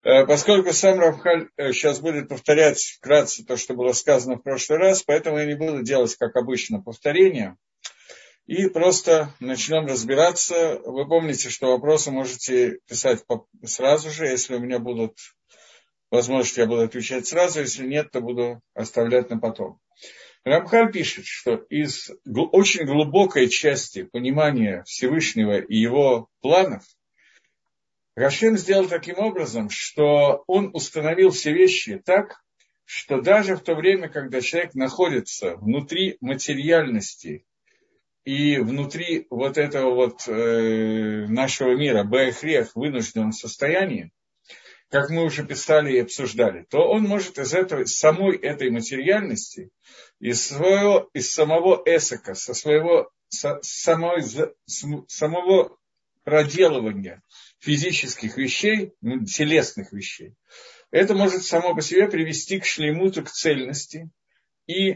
Поскольку сам Рамхаль сейчас будет повторять вкратце то, что было сказано в прошлый раз, поэтому я не буду делать, как обычно, повторения. И просто начнем разбираться. Вы помните, что вопросы можете писать сразу же. Если у меня будут возможности, я буду отвечать сразу. Если нет, то буду оставлять на потом. Рамхаль пишет, что из очень глубокой части понимания Всевышнего и его планов Рашем сделал таким образом, что он установил все вещи так, что даже в то время, когда человек находится внутри материальности и внутри вот этого вот нашего мира, баэхрех, в вынужденном состоянии, как мы уже писали и обсуждали, то он может из самой этой материальности, из самого эсока, самого проделывания физических вещей, телесных вещей, это может само по себе привести к шлеймуту, к цельности и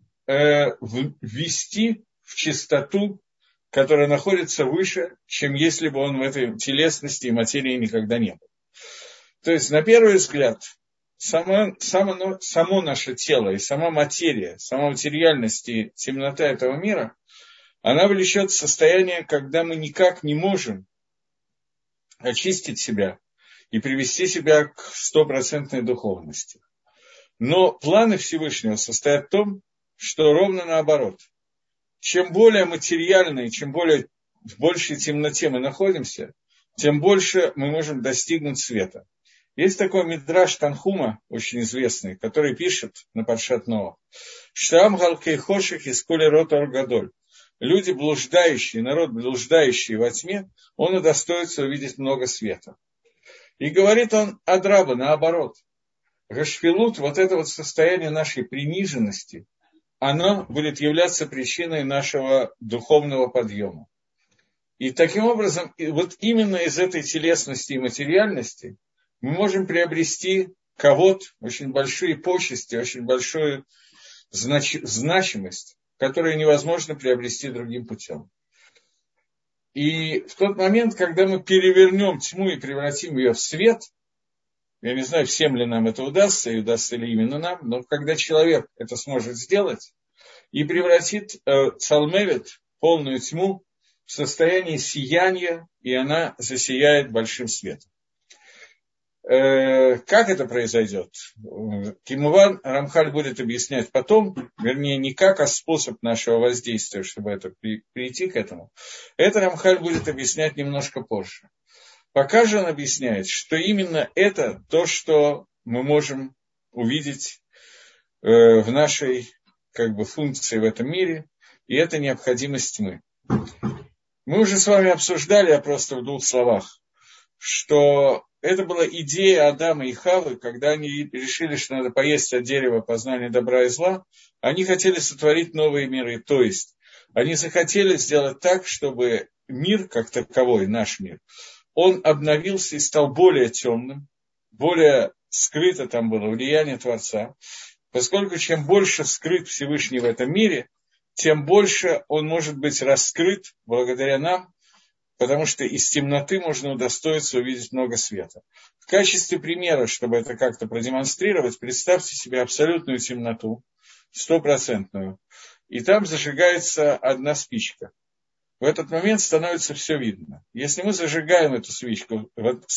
ввести в чистоту, которая находится выше, чем если бы он в этой телесности и материи никогда не был. То есть, на первый взгляд, само наше тело и сама материя, сама материальность и темнота этого мира, она влечет в состояние, когда мы никак не можем очистить себя и привести себя к стопроцентной духовности. Но планы Всевышнего состоят в том, что ровно наоборот. Чем более материально и чем более в большей темноте мы находимся, тем больше мы можем достигнуть света. Есть такой мидраш Танхума, очень известный, который пишет на Паршат Ноах, что «Ам галкей хошек из коли рот ор гадоль». Люди блуждающие, народ блуждающий во тьме, он удостоится увидеть много света. И говорит он Адраба, наоборот. Гашфилут, вот это вот состояние нашей приниженности, оно будет являться причиной нашего духовного подъема. И таким образом, вот именно из этой телесности и материальности мы можем приобрести кого-то, очень большие почести, очень большую значимость, которую невозможно приобрести другим путем. И в тот момент, когда мы перевернем тьму и превратим ее в свет, я не знаю, всем ли нам это удастся, и удастся ли именно нам, но когда человек это сможет сделать и превратит цалмевет, полную тьму, в состояние сияния, и она засияет большим светом. Как это произойдет? Кимуван Рамхаль будет объяснять потом, вернее, не как, а способ нашего воздействия, чтобы это прийти к этому. Это Рамхаль будет объяснять немножко позже. Пока же он объясняет, что именно это то, что мы можем увидеть в нашей функции в этом мире, и это необходимость тьмы. Мы уже с вами обсуждали, я просто в двух словах, что это была идея Адама и Хаввы, когда они решили, что надо поесть от дерева познания добра и зла, они хотели сотворить новые миры, то есть они захотели сделать так, чтобы мир, как таковой, наш мир, он обновился и стал более темным, более скрыто там было влияние Творца, поскольку чем больше скрыт Всевышний в этом мире, тем больше он может быть раскрыт благодаря нам, потому что из темноты можно удостоиться увидеть много света. В качестве примера, чтобы это как-то продемонстрировать, представьте себе абсолютную темноту, стопроцентную, и там зажигается одна спичка. В этот момент становится все видно. Если мы зажигаем эту спичку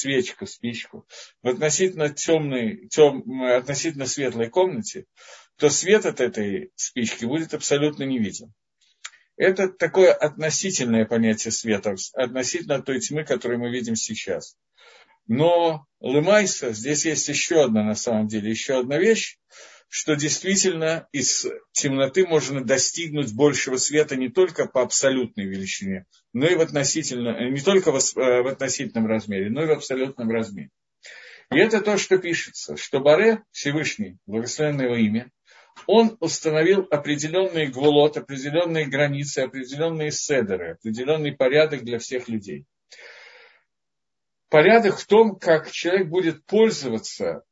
в относительно относительно светлой комнате, то свет от этой спички будет абсолютно не виден. Это такое относительное понятие света, относительно той тьмы, которую мы видим сейчас. Но лемайса, здесь есть еще одна, на самом деле, еще одна вещь, что действительно из темноты можно достигнуть большего света не только по абсолютной величине, но и не только в относительном размере, но и в абсолютном размере. И это то, что пишется, что Баре, Всевышний, благословенное его имя, он установил определенные гвулот, определенные границы, определенные седеры, определенный порядок для всех людей. Порядок в том, как человек будет пользоваться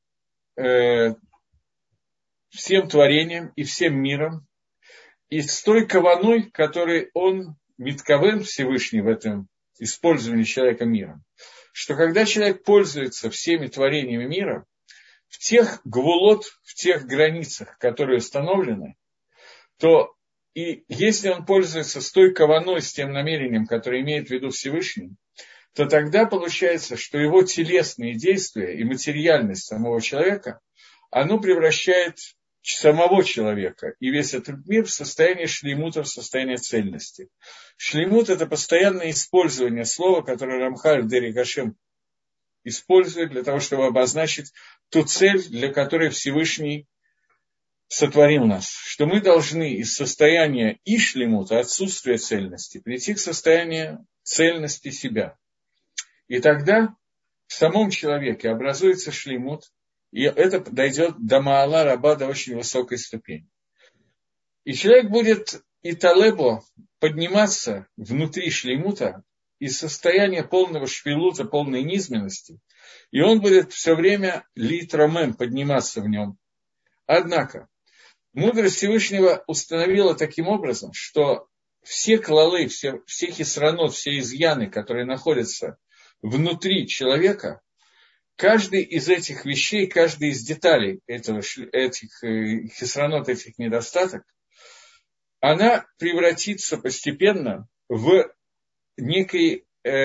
всем творением и всем миром, и с той каваной, которой он, митковен Всевышний в этом использовании человека миром, что когда человек пользуется всеми творениями мира, в тех гвулот, в тех границах, которые установлены, то и если он пользуется с той каваной, с тем намерением, которое имеет в виду Всевышний, то тогда получается, что его телесные действия и материальность самого человека, оно превращает самого человека и весь этот мир в состояние шлеймута, в состояние цельности. Шлеймут – это постоянное использование слова, которое Рамхаль в Дерек Ашем использует для того, чтобы обозначить ту цель, для которой Всевышний сотворил нас, что мы должны из состояния и шлемута, отсутствия цельности, прийти к состоянию цельности себя. И тогда в самом человеке образуется шлемут, и это дойдет до Маала Раба, до очень высокой ступени. И человек будет и талебо подниматься внутри шлемута из состояния полного шпилута, полной низменности, и он будет все время литромем подниматься в нем. Однако, мудрость Всевышнего установила таким образом, что все клалы, все хисранот, все изъяны, которые находятся внутри человека, каждый из этих вещей, каждый из деталей этих хисранот, этих недостатков, она превратится постепенно в некий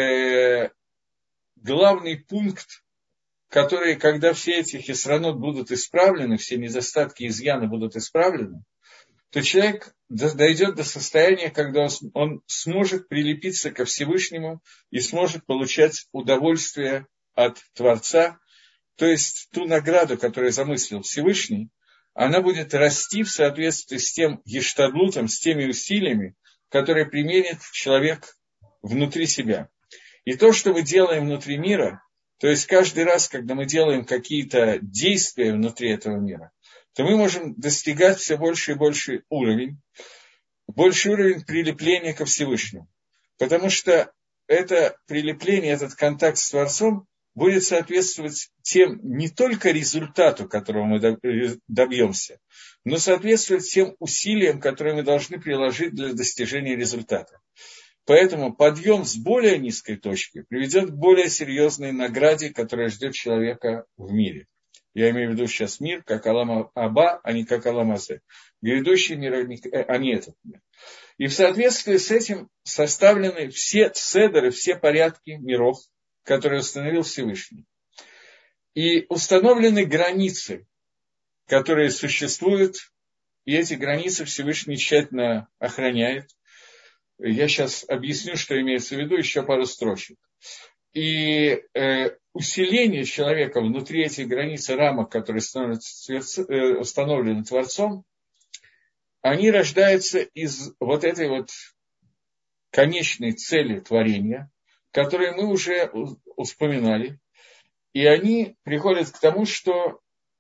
главный пункт, который, когда все эти хисранот будут исправлены, все недостатки, изъяны будут исправлены, то человек дойдет до состояния, когда он сможет прилепиться ко Всевышнему и сможет получать удовольствие от Творца, то есть ту награду, которую замыслил Всевышний, она будет расти в соответствии с тем гештадлутом, с теми усилиями, которые применит человек внутри себя. И то, что мы делаем внутри мира, то есть каждый раз, когда мы делаем какие-то действия внутри этого мира, то мы можем достигать все больше и больше уровень прилепления ко Всевышнему. Потому что это прилепление, этот контакт с Творцом будет соответствовать тем не только результату, которого мы добьемся, но соответствовать тем усилиям, которые мы должны приложить для достижения результата. Поэтому подъем с более низкой точки приведет к более серьезной награде, которая ждет человека в мире. Я имею в виду сейчас мир, как Алам Аба, а не как Алам Азе. Грядущий мир, а не этот мир. И в соответствии с этим составлены все седеры, все порядки миров, которые установил Всевышний. И установлены границы, которые существуют, и эти границы Всевышний тщательно охраняет. Я сейчас объясню, что имеется в виду, еще пару строчек. И усиление человека внутри этих границ и рамок, которые установлены Творцом, они рождаются из вот этой вот конечной цели творения, которые мы уже упоминали. И они приходят к тому, что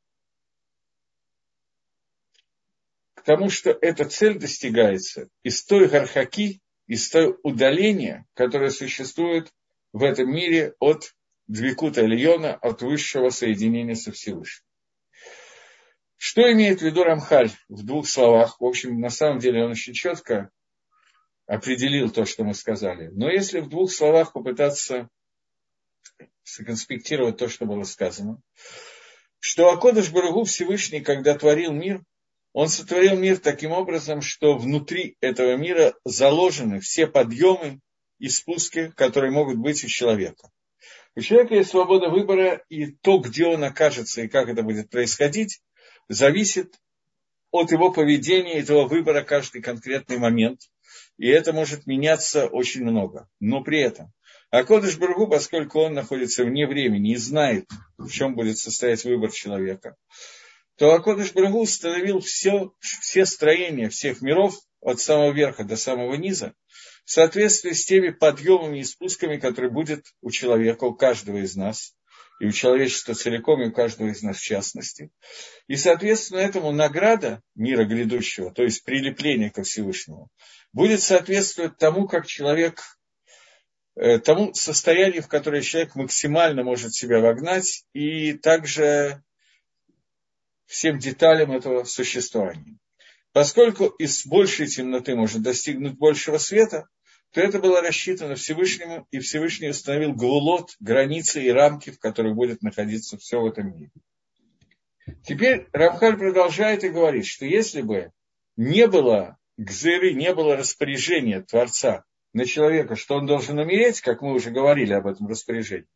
эта цель достигается из той гархаки, из той удаления, которое существует в этом мире от Двикута Эльона, от высшего соединения со Всевышним. Что имеет в виду Рамхаль в двух словах? В общем, на самом деле он очень четко определил то, что мы сказали. Но если в двух словах попытаться сконспектировать то, что было сказано, что Акодыш Барух Ху Всевышний, когда творил мир, он сотворил мир таким образом, что внутри этого мира заложены все подъемы и спуски, которые могут быть у человека. У человека есть свобода выбора, и то, где он окажется и как это будет происходить, зависит от его поведения, этого выбора каждый конкретный момент. И это может меняться очень много. Но при этом Акодыш Барух Ху, поскольку он находится вне времени и знает, в чем будет состоять выбор человека, то Акодыш Барух Ху установил все строения всех миров от самого верха до самого низа в соответствии с теми подъемами и спусками, которые будет у человека, у каждого из нас, и у человечества целиком, и у каждого из нас в частности. И, соответственно, этому награда мира грядущего, то есть прилепление ко Всевышнему, будет соответствовать тому, как человек, тому состоянию, в которое человек максимально может себя вогнать, и также всем деталям этого существования. Поскольку из большей темноты можно достигнуть большего света, то это было рассчитано Всевышнему, и Всевышний установил гвулот, границы и рамки, в которых будет находиться все в этом мире. Теперь Рамхаль продолжает и говорит, что если бы не было гзыры, не было распоряжения Творца на человека, что он должен умереть, как мы уже говорили об этом распоряжении,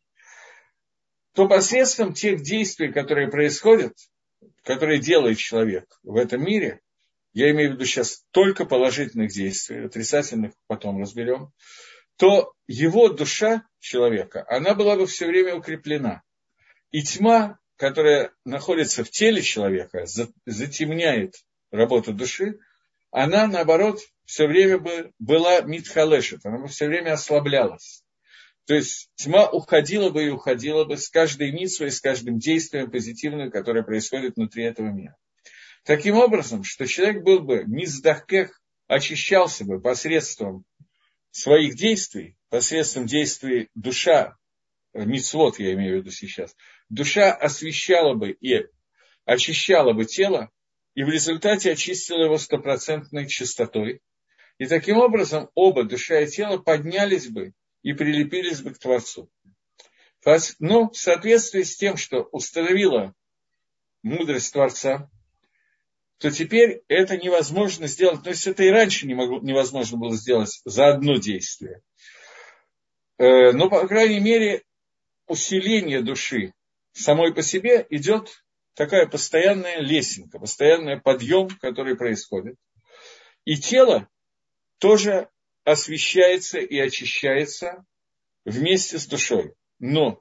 то посредством тех действий, которые происходят, которые делает человек в этом мире, я имею в виду сейчас только положительных действий, отрицательных потом разберем, то его душа человека, она была бы все время укреплена. И тьма, которая находится в теле человека, затемняет работу души, она, наоборот, все время бы была митхалешет, она бы все время ослаблялась. То есть тьма уходила бы и уходила бы с каждой мицвой, с каждым действием позитивным, которое происходит внутри этого мира. Таким образом, что человек был бы миздахкех, очищался бы посредством своих действий, посредством действий душа, мицвот я имею в виду сейчас, душа освещала бы и очищала бы тело, и в результате очистила его 100% чистотой. И таким образом оба, душа и тело, поднялись бы и прилепились бы к Творцу. Но в соответствии с тем, что установила мудрость Творца, то теперь это невозможно сделать, то есть это и раньше невозможно было сделать за одно действие. Но, по крайней мере, усиление души самой по себе идет такая постоянная лесенка, постоянный подъем, который происходит. И тело тоже освещается и очищается вместе с душой. Но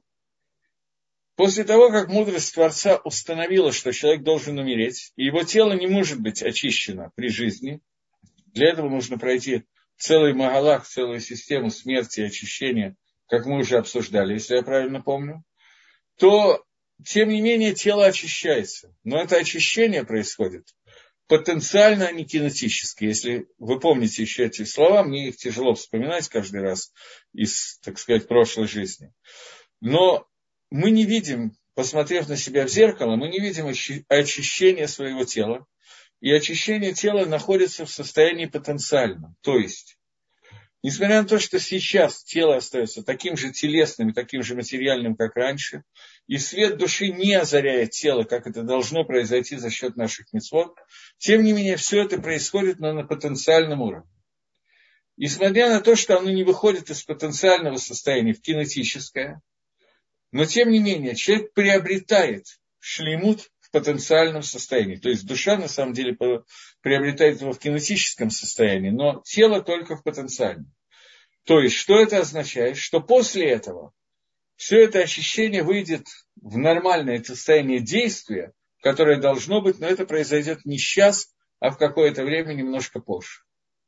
после того, как мудрость Творца установила, что человек должен умереть, и его тело не может быть очищено при жизни, для этого нужно пройти целый магалах, целую систему смерти и очищения, как мы уже обсуждали, если я правильно помню, то, тем не менее, тело очищается. Но это очищение происходит потенциально, а не кинетически. Если вы помните еще эти слова, мне их тяжело вспоминать каждый раз из, так сказать, прошлой жизни. Но мы не видим, посмотрев на себя в зеркало, мы не видим очищения своего тела. И очищение тела находится в состоянии потенциальном. То есть, несмотря на то, что сейчас тело остается таким же телесным и таким же материальным, как раньше, и свет души не озаряет тело, как это должно произойти за счет наших мицвот, тем не менее, все это происходит, но на потенциальном уровне. Несмотря на то, что оно не выходит из потенциального состояния в кинетическое, но тем не менее, человек приобретает шлеймут в потенциальном состоянии. То есть душа, на самом деле, приобретает его в кинетическом состоянии, но тело только в потенциальном. То есть, что это означает? Что после этого все это ощущение выйдет в нормальное состояние действия, которое должно быть, но это произойдет не сейчас, а в какое-то время немножко позже.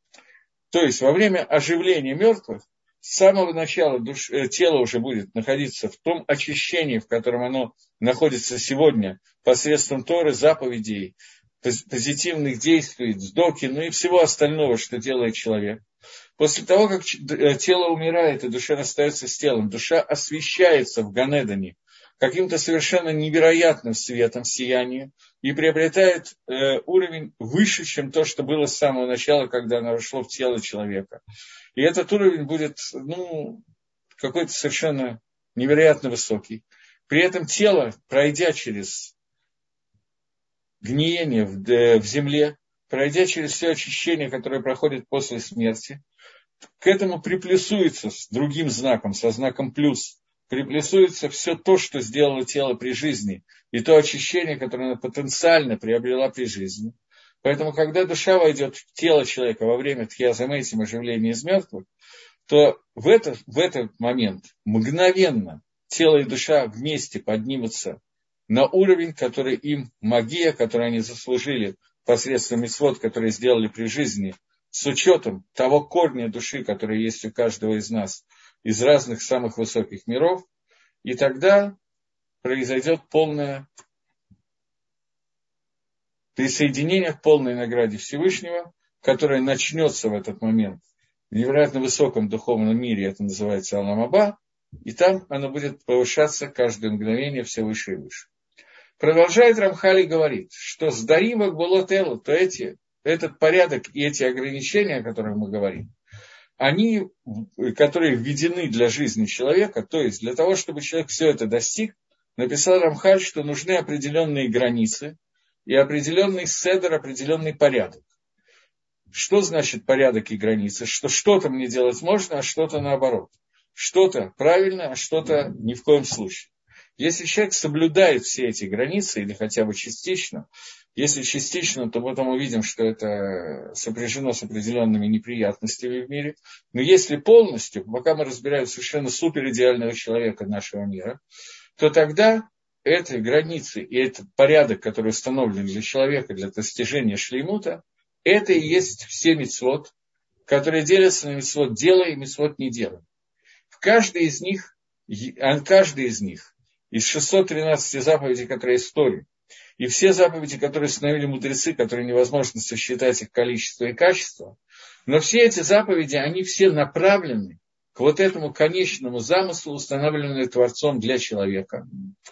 То есть, во время оживления мертвых, с самого начала тело уже будет находиться в том очищении, в котором оно находится сегодня, посредством Торы, заповедей, позитивных действий, сдоки, ну и всего остального, что делает человек. После того, как тело умирает и душа остается с телом, душа освещается в Ганедане каким-то совершенно невероятным светом, сиянием, и приобретает уровень выше, чем то, что было с самого начала, когда оно вошло в тело человека. И этот уровень будет какой-то совершенно невероятно высокий. При этом тело, пройдя через гниение в земле, пройдя через все очищение, которое проходит после смерти, к этому приплюсуется с другим знаком, со знаком плюс, приплюсуется все то, что сделало тело при жизни, и то очищение, которое оно потенциально приобрела при жизни. Поэтому, когда душа войдет в тело человека во время тхиазамейтим, оживления из мертвых, то в этот момент мгновенно тело и душа вместе поднимутся на уровень, который им магия, который они заслужили посредством мицвот, которые сделали при жизни, с учетом того корня души, который есть у каждого из нас, из разных самых высоких миров, и тогда произойдет полное присоединение к полной награде Всевышнего, которое начнется в этот момент в невероятно высоком духовном мире, это называется Алам Аба, и там оно будет повышаться каждое мгновение все выше и выше. Продолжает Рамхаль и говорит, что с Дарима Гболот Элу, то этот порядок и эти ограничения, о которых мы говорим, они, которые введены для жизни человека, то есть для того, чтобы человек все это достиг, написал Рамхаль, что нужны определенные границы и определенный седер, определенный порядок. Что значит порядок и границы? Что что-то мне делать можно, а что-то наоборот. Что-то правильно, а что-то ни в коем случае. Если человек соблюдает все эти границы, или хотя бы частично, если частично, то потом увидим, что это сопряжено с определенными неприятностями в мире. Но если полностью, пока мы разбираем совершенно суперидеального человека нашего мира, то тогда эти границы и этот порядок, который установлен для человека для достижения шлеймута, это и есть все мицвот, которые делятся на мицвот делай и мицвот не делай. Каждый из них, из 613 заповедей, которые есть в Торе, и все заповеди, которые установили мудрецы, которые невозможно сосчитать их количество и качество, но все эти заповеди, они все направлены к вот этому конечному замыслу, установленному Творцом для человека.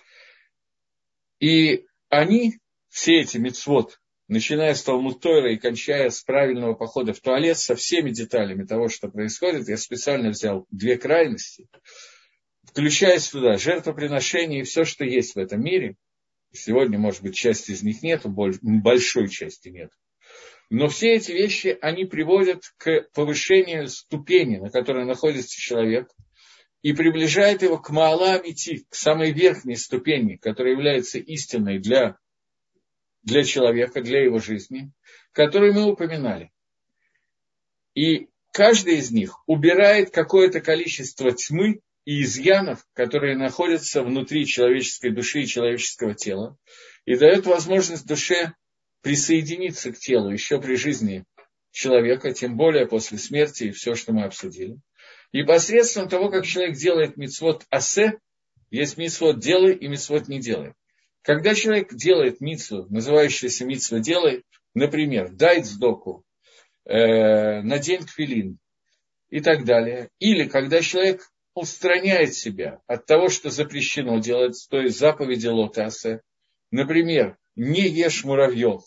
И они, все эти мицвот, начиная с Талмуд Тора и кончая с правильного похода в туалет, со всеми деталями того, что происходит, я специально взял две крайности, включая сюда жертвоприношение и все, что есть в этом мире. Сегодня, может быть, часть из них нет, большой части нет. Но все эти вещи, они приводят к повышению ступени, на которой находится человек, и приближает его к Маала Амити, к самой верхней ступени, которая является истинной для человека, для его жизни, которую мы упоминали. И каждый из них убирает какое-то количество тьмы и изъянов, которые находятся внутри человеческой души и человеческого тела, и дает возможность душе присоединиться к телу еще при жизни человека, тем более после смерти и все, что мы обсудили. И посредством того, как человек делает мицвот асе, есть мицвот делай и мицвот не делай. Когда человек делает мицву, называющуюся мицва делай, например, дай цдоку, надень тфилин и так далее, или когда человек устраняет себя от того, что запрещено делать, то есть заповеди лотасе, например, не ешь муравьев,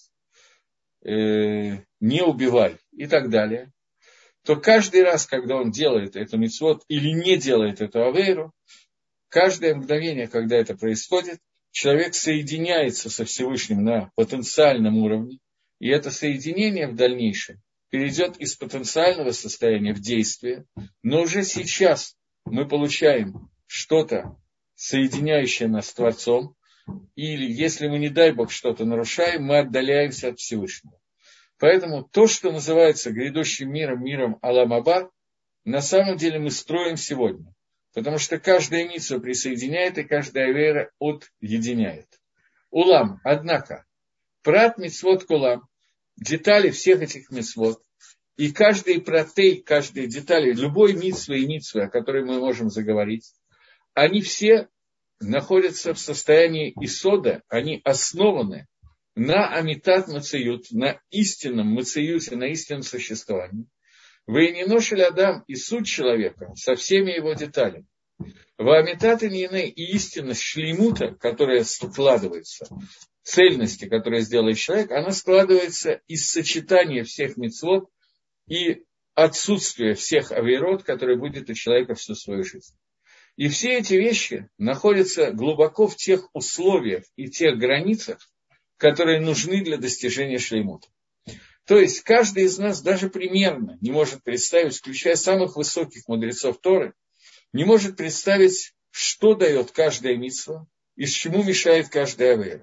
не убивай и так далее, то каждый раз, когда он делает эту мицвот или не делает эту авейру, каждое мгновение, когда это происходит, человек соединяется со Всевышним на потенциальном уровне, и это соединение в дальнейшем перейдет из потенциального состояния в действие, но уже сейчас мы получаем что-то, соединяющее нас с Творцом, или если мы, не дай Бог, что-то нарушаем, мы отдаляемся от Всевышнего. Поэтому то, что называется грядущим миром, миром Алам Аба, на самом деле мы строим сегодня. Потому что каждая мицва присоединяет, и каждая вера отъединяет. Улам, однако, прат мицвот кулам, детали всех этих мицвот, и каждый протей, каждые детали, любой мицвы и мицвы, о которой мы можем заговорить, они все находятся в состоянии исода, они основаны на амитат мациют, на истинном мациюте, на истинном существовании. Вейниношель Адам и суть человека со всеми его деталями. Ваамитат иньяне и истинность шлеймута, которая складывается, цельности, которая сделает человек, она складывается из сочетания всех мицвот и отсутствия всех авейрот, которые будет у человека всю свою жизнь. И все эти вещи находятся глубоко в тех условиях и тех границах, которые нужны для достижения шлеймута. То есть каждый из нас даже примерно не может представить, включая самых высоких мудрецов Торы, не может представить, что дает каждая мицва и с чему мешает каждая авейра.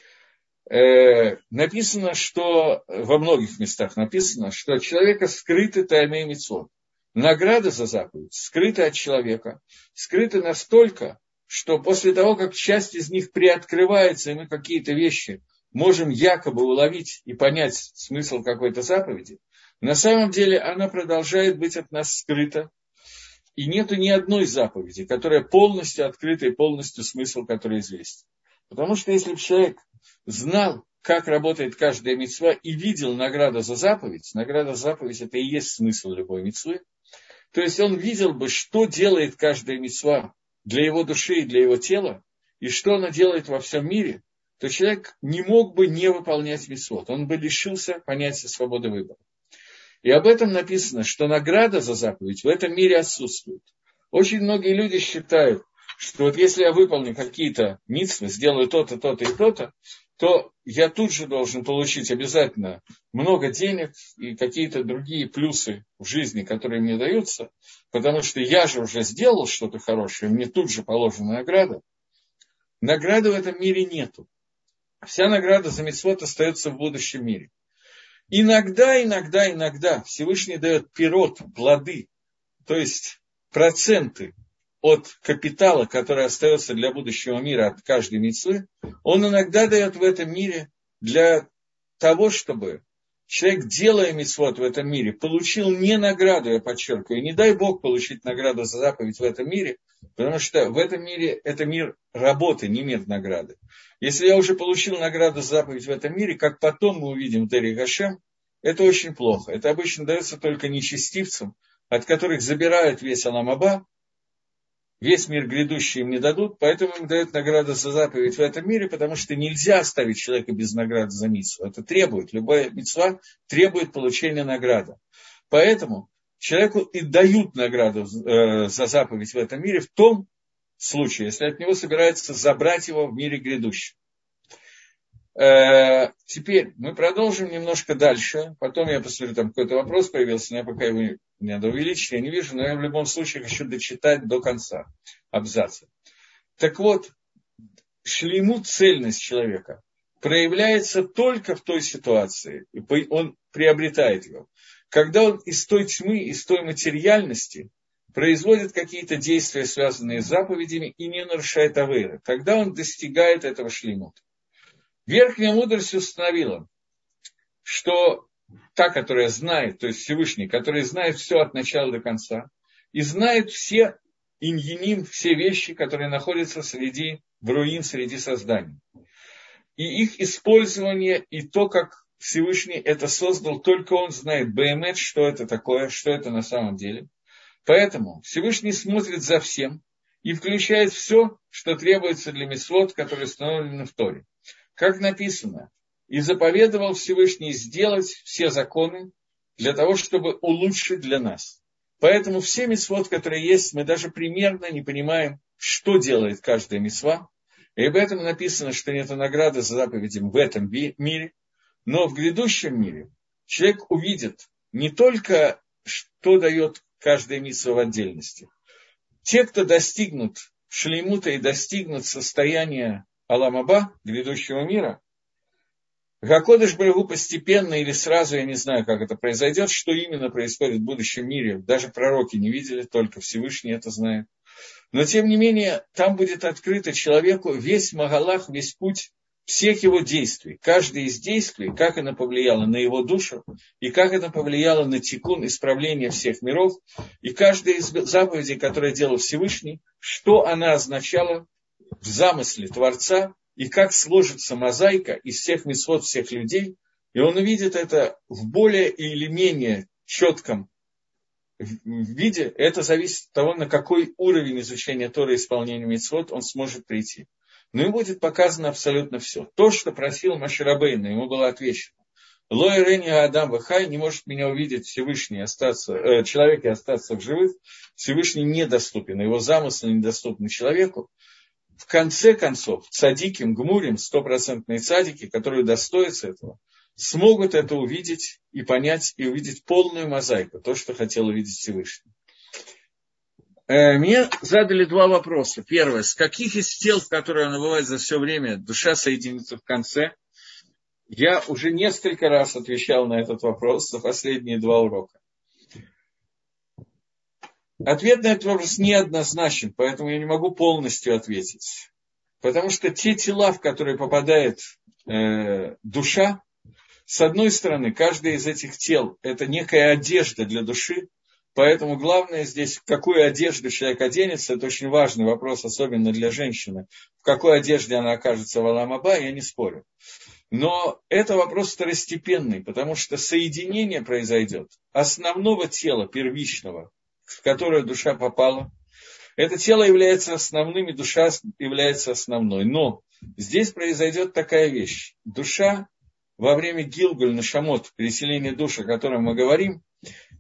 Написано, что во многих местах написано, что от человека скрыты таймей мицвот. Награда за заповедь скрыта от человека, скрыта настолько, что после того, как часть из них приоткрывается, и мы какие-то вещи можем якобы уловить и понять смысл какой-то заповеди, на самом деле она продолжает быть от нас скрыта. И нету ни одной заповеди, которая полностью открыта и полностью смысл, который известен. Потому что если бы человек знал, как работает каждая мицва и видел награду за заповедь это и есть смысл любой мицвы, то есть он видел бы, что делает каждая мицва для его души и для его тела, и что она делает во всем мире, то человек не мог бы не выполнять мицвот, он бы лишился понятия свободы выбора. И об этом написано, что награда за заповедь в этом мире отсутствует. Очень многие люди считают, что вот если я выполню какие-то мицвы, сделаю то-то, то-то и то-то, то я тут же должен получить обязательно много денег и какие-то другие плюсы в жизни, которые мне даются, потому что я же уже сделал что-то хорошее, мне тут же положена награда. Награды в этом мире нету. Вся награда за мицвот остается в будущем мире. Иногда Всевышний дает пирот, плоды, то есть проценты от капитала, который остается для будущего мира от каждой мицвы, он иногда дает в этом мире для того, чтобы человек, делая мицвот в этом мире, получил не награду, я подчеркиваю, не дай Бог получить награду за заповедь в этом мире, потому что в этом мире это мир работы, не мир награды. Если я уже получил награду за заповедь в этом мире, как потом мы увидим в Дери Гашем, это очень плохо. Это обычно дается только нечестивцам, от которых забирают весь Олам Аба, весь мир грядущий им не дадут, поэтому им дают награду за заповедь в этом мире, потому что нельзя оставить человека без награды за мицву. Это требует, любая мицва требует получения награды. Поэтому человеку и дают награду за заповедь в этом мире в том случае, если от него собираются забрать его в мире грядущем. Теперь мы продолжим немножко дальше. Потом я посмотрю, там какой-то вопрос появился, но я пока его не надо увеличить, я не вижу, но я в любом случае хочу дочитать до конца абзаца. Так вот, шлеймут, цельность человека проявляется только в той ситуации, и он приобретает ее, когда он из той тьмы, из той материальности производит какие-то действия, связанные с заповедями, и не нарушает авейры. Тогда он достигает этого шлеймута. Верхняя мудрость установила, что та, которая знает, то есть Всевышний, который знает все от начала до конца, и знает все иньяним, все вещи, которые находятся среди бруин, среди созданий. И их использование, и то, как Всевышний это создал, только он знает беэмет, что это такое, что это на самом деле. Поэтому Всевышний смотрит за всем и включает все, что требуется для мицвот, которые установлены в Торе. Как написано, и заповедовал Всевышний сделать все законы для того, чтобы улучшить для нас. Поэтому все мицвот, которые есть, мы даже примерно не понимаем, что делает каждая мицва. И об этом написано, что нет награды за заповеди в этом мире, но в грядущем мире человек увидит не только, что дает каждая мицва в отдельности. Те, кто достигнут шлеймута и достигнут состояния Олам Аба, грядущего мира, Гакодыш Барух Ху постепенно или сразу, я не знаю, как это произойдет, что именно происходит в будущем мире, даже пророки не видели, только Всевышний это знает. Но, тем не менее, там будет открыто человеку весь Магалах, весь путь всех его действий. Каждое из действий, как оно повлияло на его душу, и как это повлияло на тикун, исправление всех миров, и каждая из заповедей, которые делал Всевышний, что она означала в замысле Творца, и как сложится мозаика из всех мицвот всех людей, и он увидит это в более или менее четком виде. Это зависит от того, на какой уровень изучения Торы и исполнения мицвот он сможет прийти. Но ему будет показано абсолютно все. То, что просил Моше Рабейну, ему было отвечено. Ло ирени Адам вахай, не может меня увидеть Всевышний, человек и остаться в живых. Всевышний недоступен, его замыслы недоступны человеку. В конце концов, цадиким, гмурим, 100% цадики, которые достоятся этого, смогут это увидеть и понять, и увидеть полную мозаику, то, что хотел увидеть Всевышний. Мне задали два вопроса. Первое, с каких из тел, в которые она бывает за все время, душа соединится в конце? Я уже несколько раз отвечал на этот вопрос за последние два урока. Ответ на этот вопрос неоднозначен, поэтому я не могу полностью ответить. Потому что те тела, в которые попадает душа, с одной стороны, каждое из этих тел – это некая одежда для души, поэтому главное здесь, в какую одежду человек оденется, это очень важный вопрос, особенно для женщины. В какой одежде она окажется в Олам Аба, я не спорю. Но это вопрос второстепенный, потому что соединение произойдет основного тела, первичного, в которое душа попала. Это тело является основным, и душа является основной. Но здесь произойдет такая вещь. Душа во время Гилгуль, Нашамот, переселения душ, о котором мы говорим,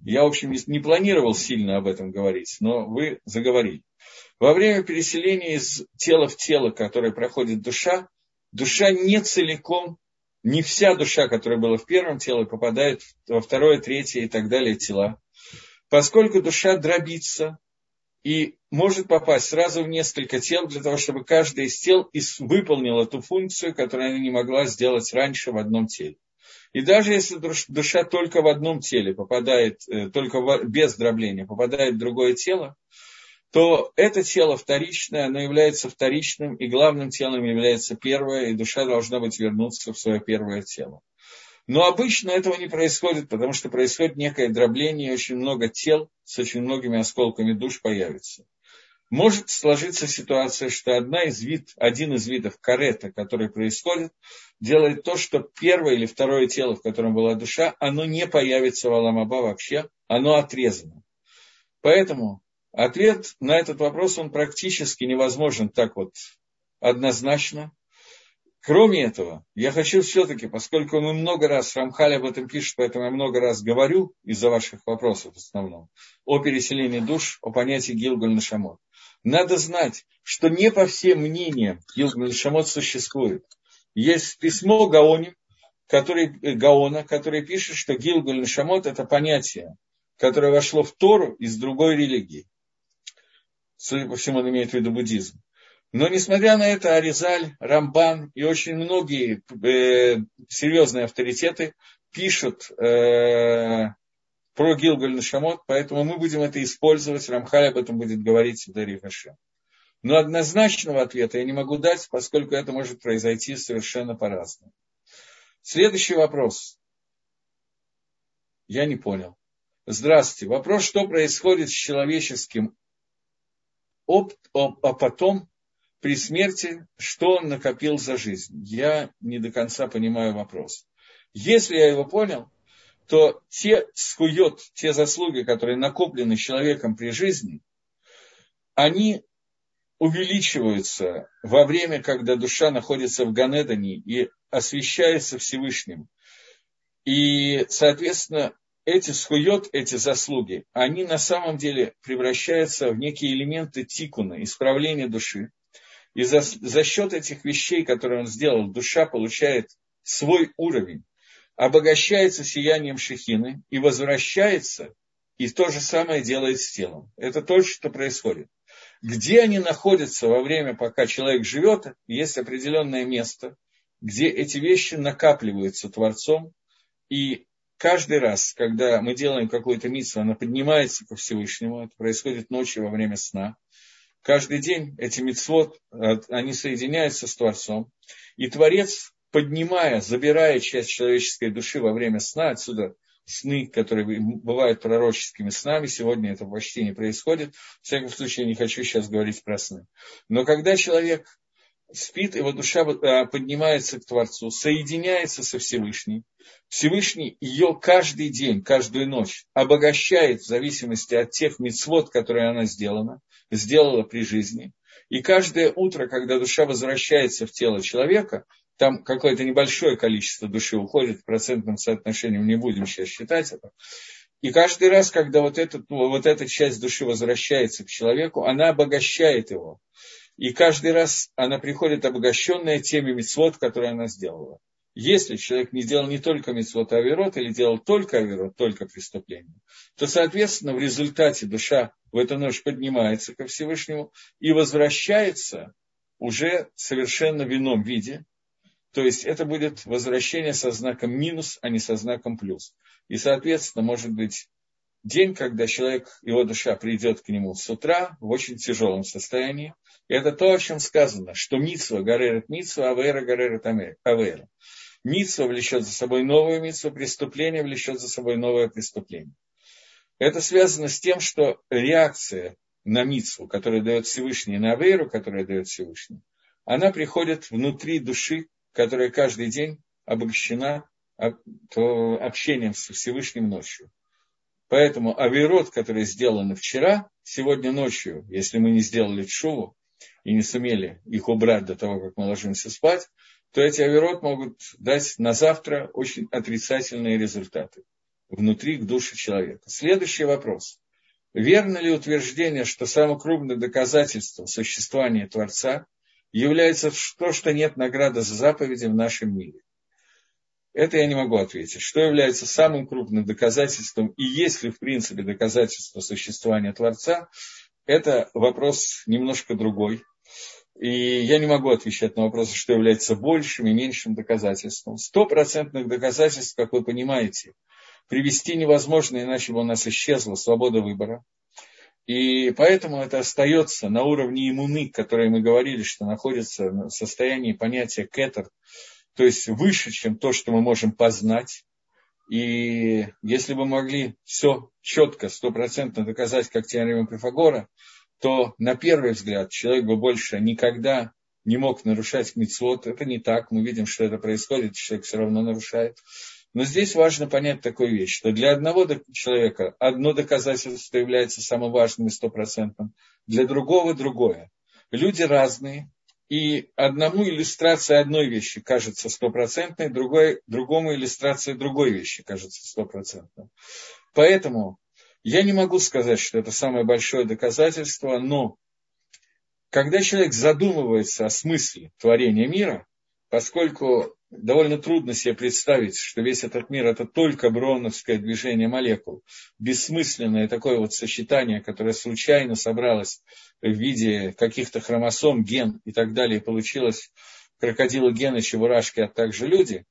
Я, в общем, не планировал сильно об этом говорить, но вы заговорили. Во время переселения из тела в тело, которое проходит душа, душа не целиком, не вся душа, которая была в первом теле, попадает во второе, третье и так далее тела. Поскольку душа дробится и может попасть сразу в несколько тел, для того, чтобы каждое из тел выполнило ту функцию, которую она не могла сделать раньше в одном теле. И даже если душа только в одном теле попадает, только без дробления попадает в другое тело, то это тело вторичное, оно является вторичным, и главным телом является первое, и душа должна быть вернуться в свое первое тело. Но обычно этого не происходит, потому что происходит некое дробление, и очень много тел с очень многими осколками душ появится. Может сложиться ситуация, что один из видов карета, который происходит, делает то, что первое или второе тело, в котором была душа, оно не появится в Олам Аба вообще, оно отрезано. Поэтому ответ на этот вопрос, он практически невозможен так вот однозначно. Кроме этого, я хочу все-таки, поскольку мы много раз, Рамхаль об этом пишет, поэтому я много раз говорю из-за ваших вопросов в основном, о переселении душ, о понятии Гилгуль-Нешамот. Надо знать, что не по всем мнениям Гилгуль-Нешамот существует. Есть письмо Гаона, который пишет, что Гилгуль-Нешамот – это понятие, которое вошло в Тору из другой религии. Судя по всему, он имеет в виду буддизм. Но, несмотря на это, Аризаль, Рамбан и очень многие серьезные авторитеты пишут про Гилгуль-Нешамот, поэтому мы будем это использовать, Рамхаль об этом будет говорить в Дари Хашем. Но однозначного ответа я не могу дать, поскольку это может произойти совершенно по-разному. Следующий вопрос. Я не понял. Здравствуйте. Вопрос, что происходит с человеческим а потом, при смерти, что он накопил за жизнь? Я не до конца понимаю вопрос. Если я его понял, то те заслуги, которые накоплены человеком при жизни, они увеличиваются во время, когда душа находится в Ганедане и освящается Всевышним. И, соответственно, эти заслуги, они на самом деле превращаются в некие элементы тикуна, исправления души. И за счет этих вещей, которые он сделал, душа получает свой уровень, обогащается сиянием шехины и возвращается, и то же самое делает с телом. Это то, что происходит. Где они находятся во время, пока человек живет, есть определенное место, где эти вещи накапливаются Творцом, и каждый раз, когда мы делаем какую-то мицву, она поднимается ко Всевышнему, это происходит ночью во время сна. Каждый день эти мицвот, они соединяются с Творцом. И Творец, забирая часть человеческой души во время сна, отсюда сны, которые бывают пророческими снами, сегодня это почти не происходит. В всяком случае, я не хочу сейчас говорить про сны. Но когда человек спит, его душа поднимается к Творцу, соединяется со Всевышним. Всевышний ее каждый день, каждую ночь обогащает в зависимости от тех мицвот, которые она сделала при жизни. И каждое утро, когда душа возвращается в тело человека, там какое-то небольшое количество души уходит в процентном соотношении, не будем сейчас считать это. И каждый раз, когда вот эта часть души возвращается к человеку, она обогащает его. И каждый раз она приходит обогащенная теми мицвот, которые она сделала. Если человек не делал не только мицвот, а авирот, или делал только авирот, только преступление, то, соответственно, в результате душа в эту ночь поднимается ко Всевышнему и возвращается уже совершенно в ином виде. То есть это будет возвращение со знаком минус, а не со знаком плюс. И, соответственно, может быть день, когда его душа придет к нему с утра в очень тяжелом состоянии. И это то, о чем сказано, что мицва гаререт мицва, авера гаререт авера. Мицва влечет за собой новую мицву, преступление влечет за собой новое преступление. Это связано с тем, что реакция на мицву, которую дает Всевышний, на аверу, которую дает Всевышний, она приходит внутри души, которая каждый день обогащена общением со Всевышним ночью. Поэтому авирот, которые сделаны вчера, сегодня ночью, если мы не сделали тшуву и не сумели их убрать до того, как мы ложимся спать, то эти авирот могут дать на завтра очень отрицательные результаты. внутри к душе человека. Следующий вопрос. Верно ли утверждение, что самым крупным доказательством существования Творца является то, что нет награды за заповеди в нашем мире? Это я не могу ответить. Что является самым крупным доказательством и есть ли в принципе доказательство существования Творца, это вопрос немножко другой. И я не могу отвечать на вопрос, что является большим и меньшим доказательством. 100% доказательств, как вы понимаете, привести невозможно, иначе бы у нас исчезла свобода выбора. И поэтому это остается на уровне иммуны, о которой мы говорили, что находится в состоянии понятия кетер, то есть выше, чем то, что мы можем познать. И если бы могли все четко, 100% доказать, как теорема Пифагора, то на первый взгляд человек бы больше никогда не мог нарушать мицвот. Это не так, мы видим, что это происходит, человек все равно нарушает. Но здесь важно понять такую вещь, что для одного человека одно доказательство является самым важным и 100%, для другого другое. Люди разные, и одному иллюстрация одной вещи кажется 100%, другому иллюстрация другой вещи кажется 100%. Поэтому я не могу сказать, что это самое большое доказательство, но когда человек задумывается о смысле творения мира, поскольку довольно трудно себе представить, что весь этот мир – это только броуновское движение молекул, бессмысленное такое вот сочетание, которое случайно собралось в виде каких-то хромосом, ген и так далее, и получилось крокодилы, гены, чебурашки, а также люди.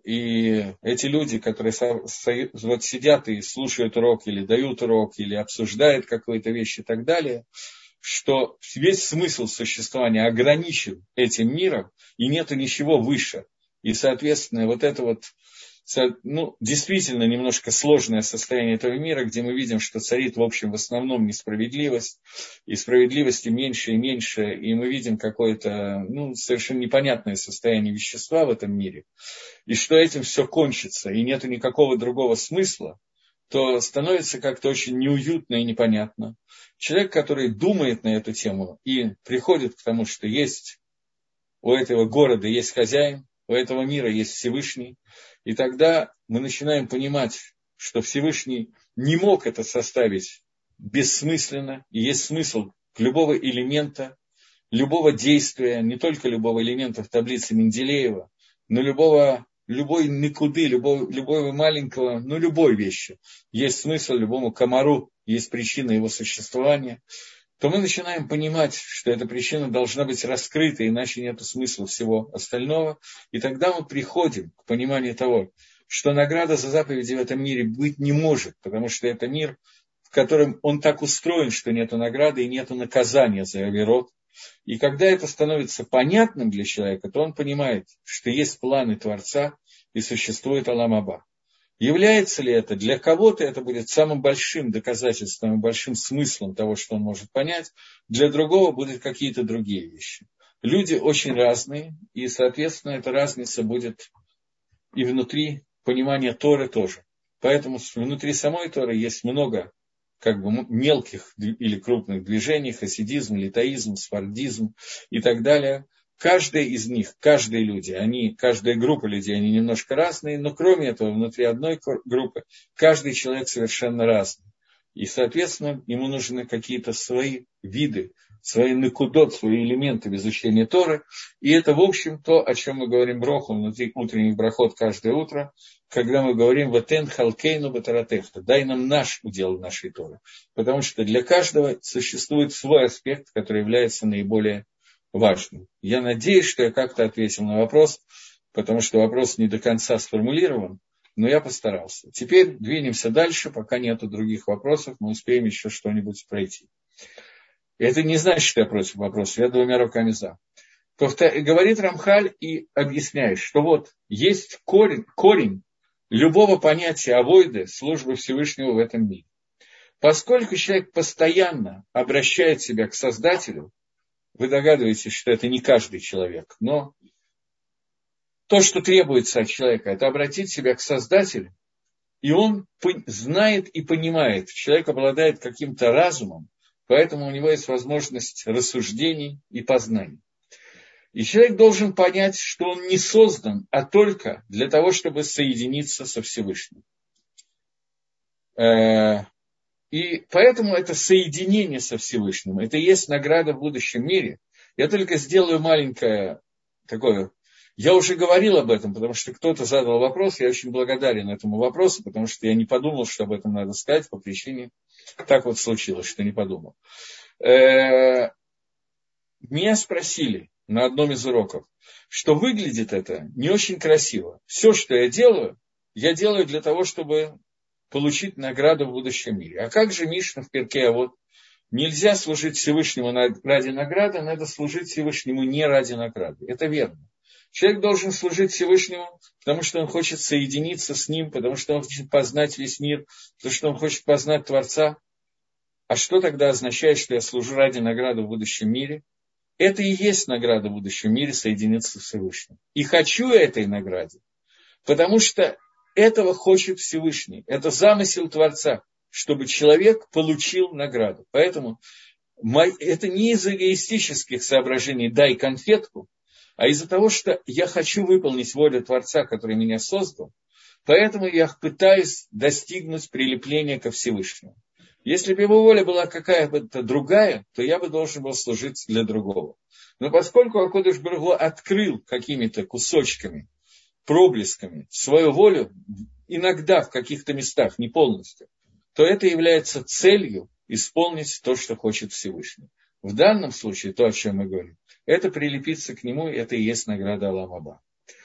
И эти люди, которые вот сидят и слушают урок, или дают урок, или обсуждают какую-то вещь и так далее, что весь смысл существования ограничен этим миром, и нету ничего выше. И, соответственно, вот это вот, действительно немножко сложное состояние этого мира, где мы видим, что царит, в общем, в основном несправедливость, и справедливости меньше и меньше, и мы видим какое-то, совершенно непонятное состояние вещества в этом мире, и что этим все кончится, и нету никакого другого смысла, то становится как-то очень неуютно и непонятно. Человек, который думает на эту тему и приходит к тому, что есть у этого города есть хозяин, у этого мира есть Всевышний, и тогда мы начинаем понимать, что Всевышний не мог это составить бессмысленно, и есть смысл любого элемента, любого действия, не только любого элемента в таблице Менделеева, но любой никуды, любого маленького, любой вещи. Есть смысл любому комару, есть причина его существования. То мы начинаем понимать, что эта причина должна быть раскрыта, иначе нет смысла всего остального. И тогда мы приходим к пониманию того, что награда за заповеди в этом мире быть не может, потому что это мир, в котором он так устроен, что нет награды и нет наказания за авирот. И когда это становится понятным для человека, то он понимает, что есть планы Творца и существует Олам Аба. Является ли это для кого-то, это будет самым большим доказательством и большим смыслом того, что он может понять, для другого будут какие-то другие вещи. Люди очень разные, и, соответственно, эта разница будет и внутри понимания Торы тоже. Поэтому внутри самой Торы есть много мелких или крупных движений, хасидизм, литаизм, сфардизм и так далее. Каждая из них, каждая группа людей, они немножко разные, но кроме этого, внутри одной группы, каждый человек совершенно разный. И, соответственно, ему нужны какие-то свои виды, свои накудот, свои элементы в изучении Торы. И это, в общем, то, о чем мы говорим броху внутри утренних брахот каждое утро, когда мы говорим «Ватен халкейну батаратехта», дай нам наш удел нашей Торы. Потому что для каждого существует свой аспект, который является наиболее важным. Я надеюсь, что я как-то ответил на вопрос, потому что вопрос не до конца сформулирован, но я постарался. Теперь двинемся дальше, пока нету других вопросов, мы успеем еще что-нибудь пройти. Это не значит, что я против вопросов, я двумя руками за. Говорит Рамхаль и объясняет, что вот есть корень любого понятия авойды, службы Всевышнего в этом мире. Поскольку человек постоянно обращает себя к Создателю, вы догадываетесь, что это не каждый человек, но то, что требуется от человека, это обратить себя к Создателю, и он знает и понимает, человек обладает каким-то разумом, поэтому у него есть возможность рассуждений и познаний. И человек должен понять, что он не создан, а только для того, чтобы соединиться со Всевышним. И поэтому это соединение со Всевышним. Это и есть награда в будущем мире. Я только сделаю маленькое такое. Я уже говорил об этом, потому что кто-то задал вопрос. Я очень благодарен этому вопросу, потому что я не подумал, что об этом надо сказать по причине. Так вот случилось, что не подумал. Меня спросили на одном из уроков, что выглядит это не очень красиво. Все, что я делаю для того, чтобы получить награду в будущем мире. А как же Мишна в Перке? А вот нельзя служить Всевышнему ради награды, надо служить Всевышнему не ради награды. Это верно. Человек должен служить Всевышнему, потому что он хочет соединиться с ним, потому что он хочет познать весь мир, потому что он хочет познать Творца. А что тогда означает, что я служу ради награды в будущем мире? Это и есть награда в будущем мире, соединиться с Всевышним. И хочу я этой награде, потому что этого хочет Всевышний. Это замысел Творца, чтобы человек получил награду. Поэтому это не из эгоистических соображений «дай конфетку», а из-за того, что я хочу выполнить волю Творца, который меня создал, поэтому я пытаюсь достигнуть прилепления ко Всевышнему. Если бы его воля была какая-то другая, то я бы должен был служить для другого. Но поскольку Акодыш Барух Ху открыл какими-то кусочками, проблесками свою волю, иногда в каких-то местах, не полностью, то это является целью исполнить то, что хочет Всевышний. В данном случае, то, о чем мы говорим, это прилепиться к нему, это и есть награда Олам Аба.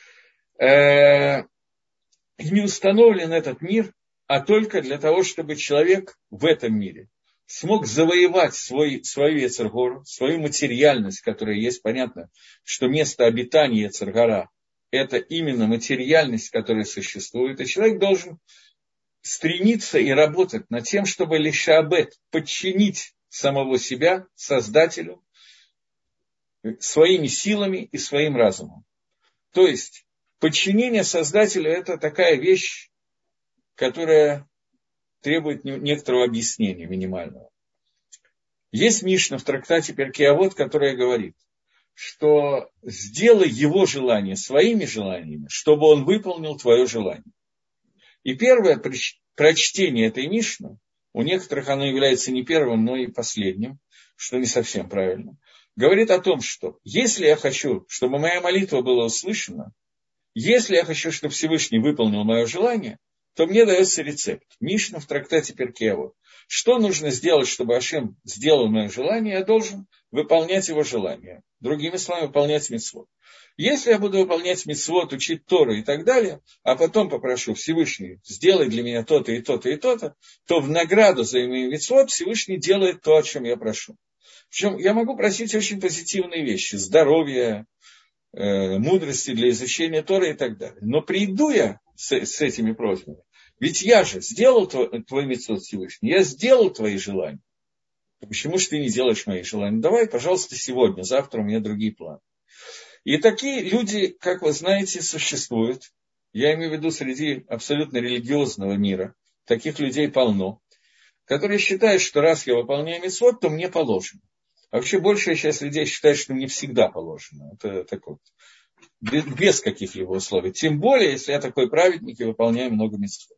Не установлен этот мир, а только для того, чтобы человек в этом мире смог завоевать свою Йецер Гору, свою материальность, которая есть. Понятно, что место обитания Йецер Гора – это именно материальность, которая существует, и человек должен стремиться и работать над тем, чтобы лишабет, подчинить самого себя Создателю своими силами и своим разумом. То есть подчинение Создателю – это такая вещь, которая требует некоторого объяснения минимального. Есть Мишна в трактате Перкей Авот, которая говорит, что сделай его желание своими желаниями, чтобы он выполнил твое желание. И первое прочтение этой Мишны, у некоторых оно является не первым, но и последним, что не совсем правильно, говорит о том, что если я хочу, чтобы моя молитва была услышана, если я хочу, чтобы Всевышний выполнил мое желание, то мне дается рецепт. Мишна в трактате Перкей Авот. Что нужно сделать, чтобы Ашем сделал мое желание? Я должен выполнять его желание. Другими словами, выполнять мицвот. Если я буду выполнять мицвот, учить Тору и так далее, а потом попрошу Всевышний, сделай для меня то-то и то-то и то-то, то в награду за мои мицвот Всевышний делает то, о чем я прошу. Причем я могу просить очень позитивные вещи. Здоровья, мудрости для изучения Торы и так далее. Но приду я с этими просьбами. Ведь я же сделал твой мицвот Всевышний, я сделал твои желания. Почему же ты не делаешь мои желания? Давай, пожалуйста, сегодня, завтра у меня другие планы. И такие люди, как вы знаете, существуют. Я имею в виду среди абсолютно религиозного мира. Таких людей полно, которые считают, что раз я выполняю мицвот, то мне положено. А вообще большая часть людей считает, что мне всегда положено. Это так вот, без каких-либо условий. Тем более, если я такой праведник и выполняю много мицвот.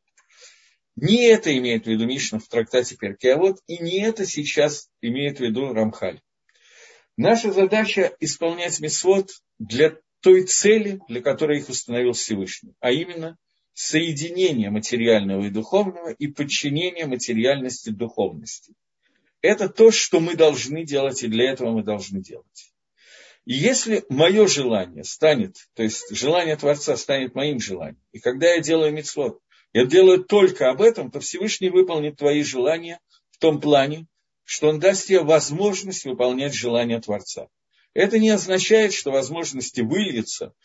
Не это имеет в виду Мишна в трактате Перкей Авот, и не это сейчас имеет в виду Рамхаль. Наша задача исполнять мицвот для той цели, для которой их установил Всевышний, а именно соединение материального и духовного и подчинение материальности духовности. Это то, что мы должны делать, и для этого мы должны делать. И если мое желание станет, то есть желание Творца станет моим желанием, и когда я делаю мицвот, я делаю только об этом, то Всевышний выполнит твои желания в том плане, что он даст тебе возможность выполнять желания Творца. Это не означает, что возможности выльются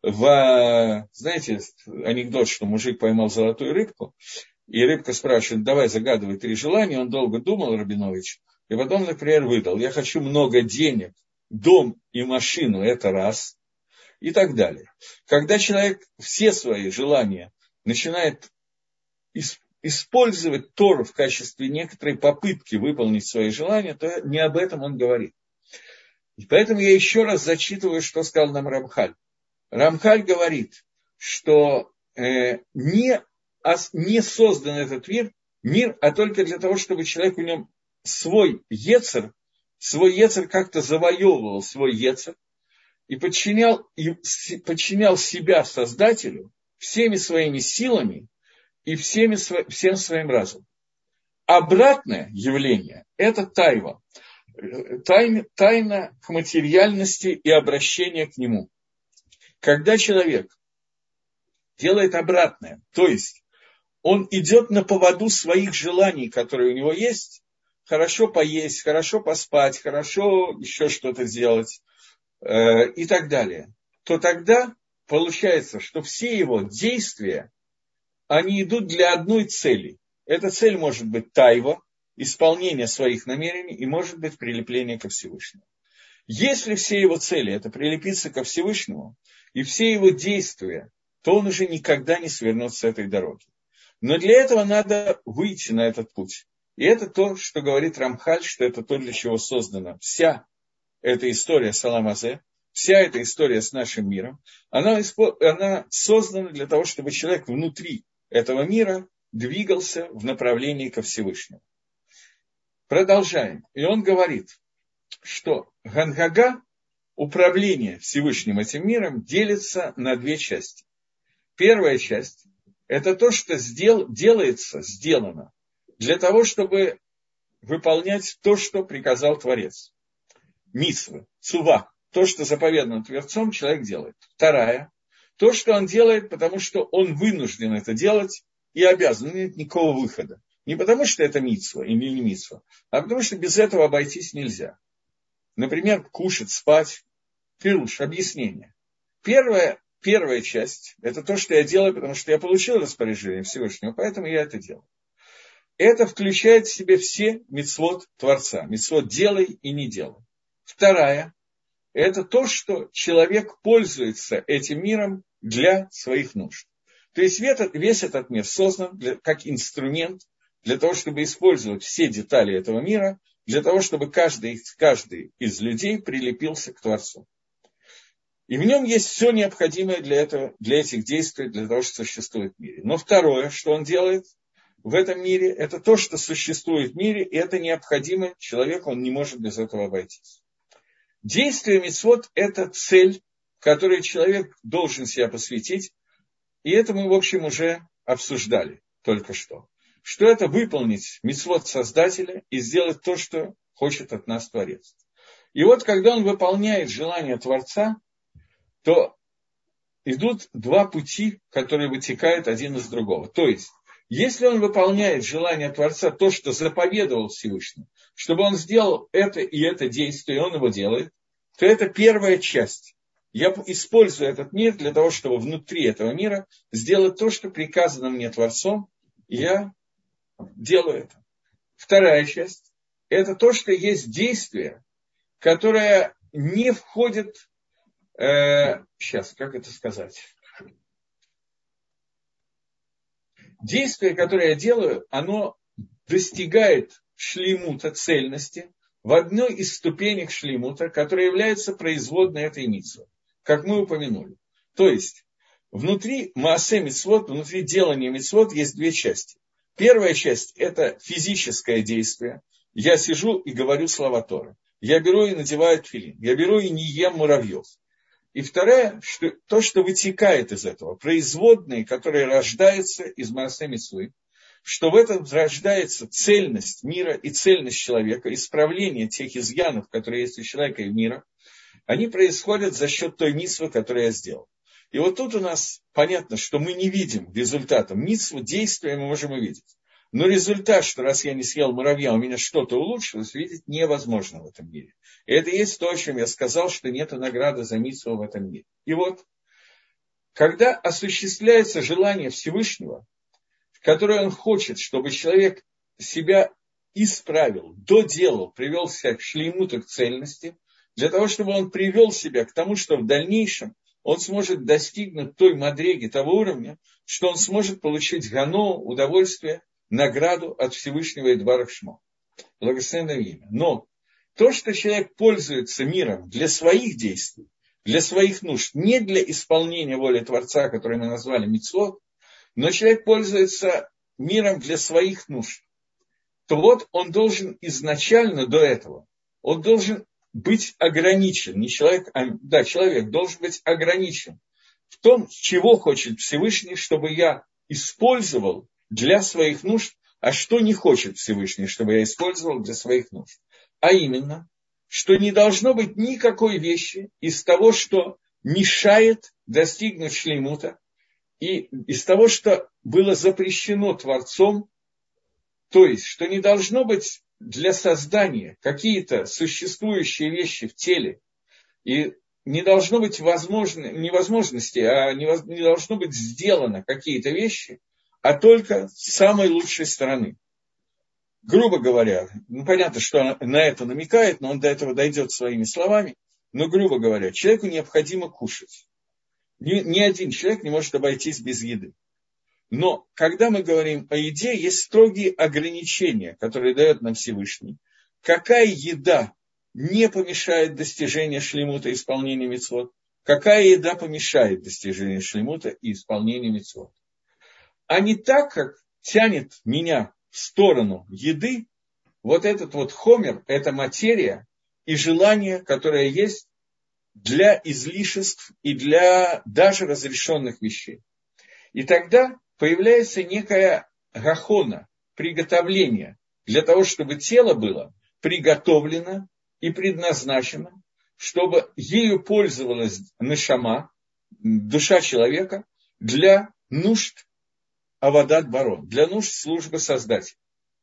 в, знаете, анекдот, что мужик поймал золотую рыбку, и рыбка спрашивает, давай загадывай 3 желания, он долго думал, Рабинович, и потом, например, выдал, я хочу много денег, дом и машину, это раз, и так далее. Когда человек все свои желания начинает использовать Тору в качестве некоторой попытки выполнить свои желания, то не об этом он говорит. И поэтому я еще раз зачитываю, что сказал нам Рамхаль. Рамхаль говорит, что не создан этот мир мир, а только для того, чтобы человек в нем свой ецер как-то завоевывал свой ецер и подчинял себя Создателю всеми своими силами и всем своим разумом. Обратное явление – это тайва. Тайна к материальности и обращение к нему. Когда человек делает обратное, то есть он идет на поводу своих желаний, которые у него есть, хорошо поесть, хорошо поспать, хорошо еще что-то сделать и так далее, то тогда получается, что все его действия, они идут для одной цели. Эта цель может быть тайва, исполнение своих намерений, и может быть прилепление ко Всевышнему. Если все его цели – это прилепиться ко Всевышнему, и все его действия, то он уже никогда не свернет с этой дороги. Но для этого надо выйти на этот путь. И это то, что говорит Рамхаль, что это то, для чего создана вся эта история с Олам Азе, вся эта история с нашим миром. Она создана для того, чтобы человек внутри этого мира двигался в направлении ко Всевышнему. Продолжаем. И он говорит, что Гангага, управление Всевышним этим миром, делится на две части. Первая часть – это то, что сделано для того, чтобы выполнять то, что приказал Творец. Мицвы, цува, то, что заповедано Творцом, человек делает. Вторая – то, что он делает, потому что он вынужден это делать и обязан, нет никакого выхода. Не потому, что это мицва или не мицва, а потому, что без этого обойтись нельзя. Например, кушать, спать. Пируш, объяснение. Первая часть – это то, что я делаю, потому что я получил распоряжение Всевышнего, поэтому я это делаю. Это включает в себе все мицвот Творца. Мицвот делай и не делай. Вторая – это то, что человек пользуется этим миром для своих нужд. То есть весь этот мир создан как инструмент для того, чтобы использовать все детали этого мира, для того, чтобы каждый из людей прилепился к Творцу. И в нем есть все необходимое для этих действий, для того, что существует в мире. Но второе, что он делает в этом мире, это то, что существует в мире, и это необходимо человеку, он не может без этого обойтись. Действие мицвот – это цель, которой человек должен себя посвятить, и это мы, в общем, уже обсуждали только что. Что это выполнить мицвот Создателя и сделать то, что хочет от нас Творец. И вот, когда он выполняет желание Творца, то идут два пути, которые вытекают один из другого. То есть, если он выполняет желание Творца, то, что заповедовал Всевышний, чтобы он сделал это и это действие, и он его делает, то это первая часть. Я использую этот мир для того, чтобы внутри этого мира сделать то, что приказано мне Творцом, и я делаю это. Вторая часть – это то, что есть действие, которое не входит... как это сказать? Действие, которое я делаю, оно достигает шлеймута, цельности, в одной из ступенек шлеймута, которая является производной этой мицвы, как мы упомянули. То есть, внутри маасе мицвот, внутри делания мицвот есть две части. Первая часть – это физическое действие. Я сижу и говорю слова Торы. Я беру и надеваю тфилин. Я беру и не ем муравьев. И вторая, то, что вытекает из этого, производные, которые рождаются из маасе мицвы, что в этом рождается цельность мира и цельность человека, исправление тех изъянов, которые есть у человека и мира, они происходят за счет той мицвы, которую я сделал. И вот тут у нас понятно, что мы не видим результата мицвы, действия мы можем увидеть. Но результат, что раз я не съел муравья, у меня что-то улучшилось, видеть невозможно в этом мире. И это и есть то, о чем я сказал, что нет награды за мицву в этом мире. И вот, когда осуществляется желание Всевышнего, которое он хочет, чтобы человек себя исправил, доделал, привел себя к шлеймуту, к цельности, для того, чтобы он привел себя к тому, что в дальнейшем он сможет достигнуть той мадреги, того уровня, что он сможет получить гано, удовольствие, награду от Всевышнего Идбарах Шмо. Благословенное имя. Но то, что человек пользуется миром для своих действий, для своих нужд, не для исполнения воли Творца, который мы назвали мицвот, но человек пользуется миром для своих нужд, то вот он должен изначально до этого, он должен быть ограничен. Не человек, человек должен быть ограничен в том, чего хочет Всевышний, чтобы я использовал для своих нужд, а что не хочет Всевышний, чтобы я использовал для своих нужд. А именно, что не должно быть никакой вещи из того, что мешает достигнуть шлеймута, и из того, что было запрещено Творцом, то есть, что не должно быть для создания какие-то существующие вещи в теле, и не должно быть невозможности, не должно быть сделано какие-то вещи, а только с самой лучшей стороны. Грубо говоря, понятно, что на это намекает, но он до этого дойдет своими словами, но, грубо говоря, человеку необходимо кушать. Ни один человек не может обойтись без еды. Но когда мы говорим о еде, есть строгие ограничения, которые дает нам Всевышний. Какая еда не помешает достижению шлемута и исполнению мицвот? Какая еда помешает достижению шлемута и исполнению мицвот? А не так, как тянет меня в сторону еды, вот этот вот хомер, эта материя и желание, которое есть для излишеств и для даже разрешенных вещей. И тогда появляется некая гахона, приготовление для того, чтобы тело было приготовлено и предназначено, чтобы ею пользовалась нешама, душа человека, для нужд авадат барон, для нужд службы Создателя.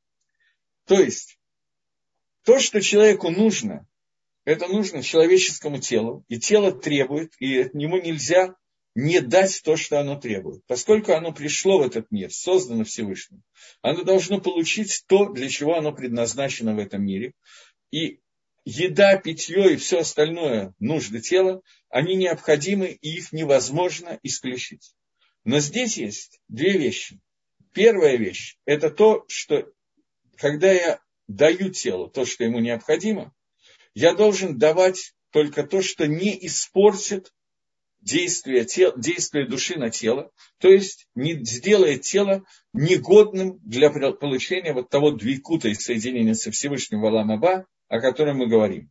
То есть, то, что человеку нужно, это нужно человеческому телу, и тело требует, и ему нельзя не дать то, что оно требует. Поскольку оно пришло в этот мир, создано Всевышним, оно должно получить то, для чего оно предназначено в этом мире. И еда, питье и все остальное нужды тела, они необходимы, и их невозможно исключить. Но здесь есть две вещи. Первая вещь – это то, что когда я даю телу то, что ему необходимо, я должен давать только то, что не испортит действие души на тело, то есть не сделает тело негодным для получения вот того двикута и соединения со Всевышним в Олам Аба, о котором мы говорим.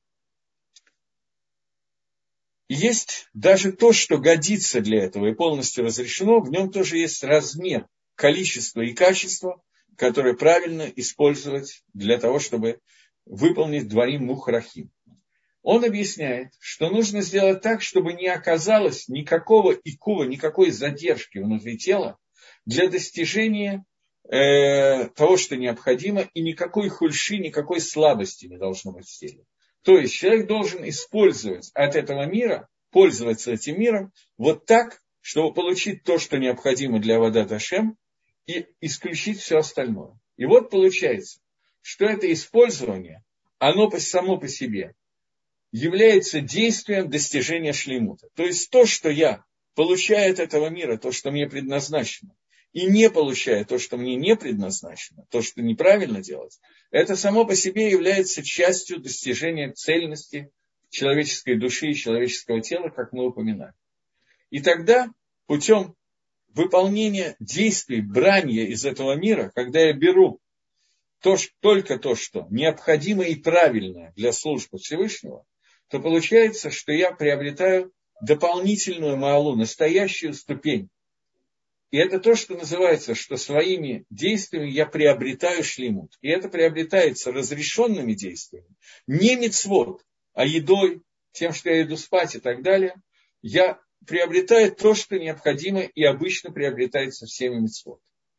Есть даже то, что годится для этого и полностью разрешено, в нем тоже есть размер, количество и качество, которые правильно использовать для того, чтобы выполнить дварим мухрахим. Он объясняет, что нужно сделать так, чтобы не оказалось никакого икува, никакой задержки внутри тела для достижения того, что необходимо, и никакой хульши, никакой слабости не должно быть в теле. То есть человек должен использовать от этого мира, пользоваться этим миром вот так, чтобы получить то, что необходимо для авадат Ашем, и исключить все остальное. И вот получается, что это использование, оно само по себе является действием достижения шлеймута. То есть то, что я получаю от этого мира, то, что мне предназначено, и не получаю то, что мне не предназначено, то, что неправильно делать, это само по себе является частью достижения цельности человеческой души и человеческого тела, как мы упоминали. И тогда путем выполнения действий, брания из этого мира, когда я беру только то, что необходимо и правильно для службы Всевышнего, то получается, что я приобретаю дополнительную маалу, настоящую ступень. И это то, что называется, что своими действиями я приобретаю шлемут. И это приобретается разрешенными действиями, не мицвот, а едой, тем, что я иду спать и так далее. Я приобретаю то, что необходимо и обычно приобретается всеми мицвот.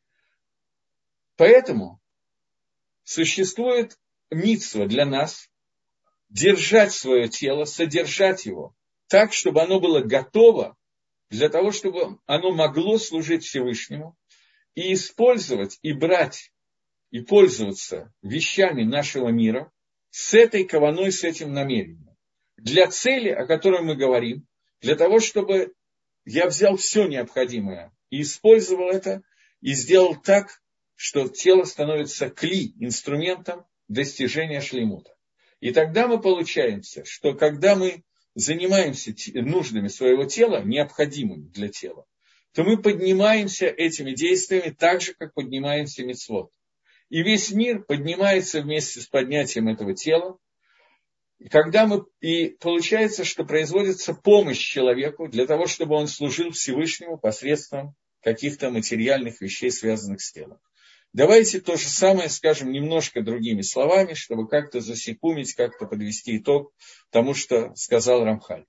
Поэтому существует мицва для нас держать свое тело, содержать его так, чтобы оно было готово для того, чтобы оно могло служить Всевышнему и использовать, и брать, и пользоваться вещами нашего мира с этой каваной, с этим намерением. Для цели, о которой мы говорим, для того, чтобы я взял все необходимое и использовал это, и сделал так, что тело становится кли, инструментом достижения шлеймута. И тогда мы получаемся, что когда мы занимаемся нуждами своего тела, необходимыми для тела, то мы поднимаемся этими действиями так же, как поднимаемся мицвот. И весь мир поднимается вместе с поднятием этого тела. И получается, что производится помощь человеку для того, чтобы он служил Всевышнему посредством каких-то материальных вещей, связанных с телом. Давайте то же самое скажем немножко другими словами, чтобы как-то засекумить, как-то подвести итог тому, что сказал Рамхаль.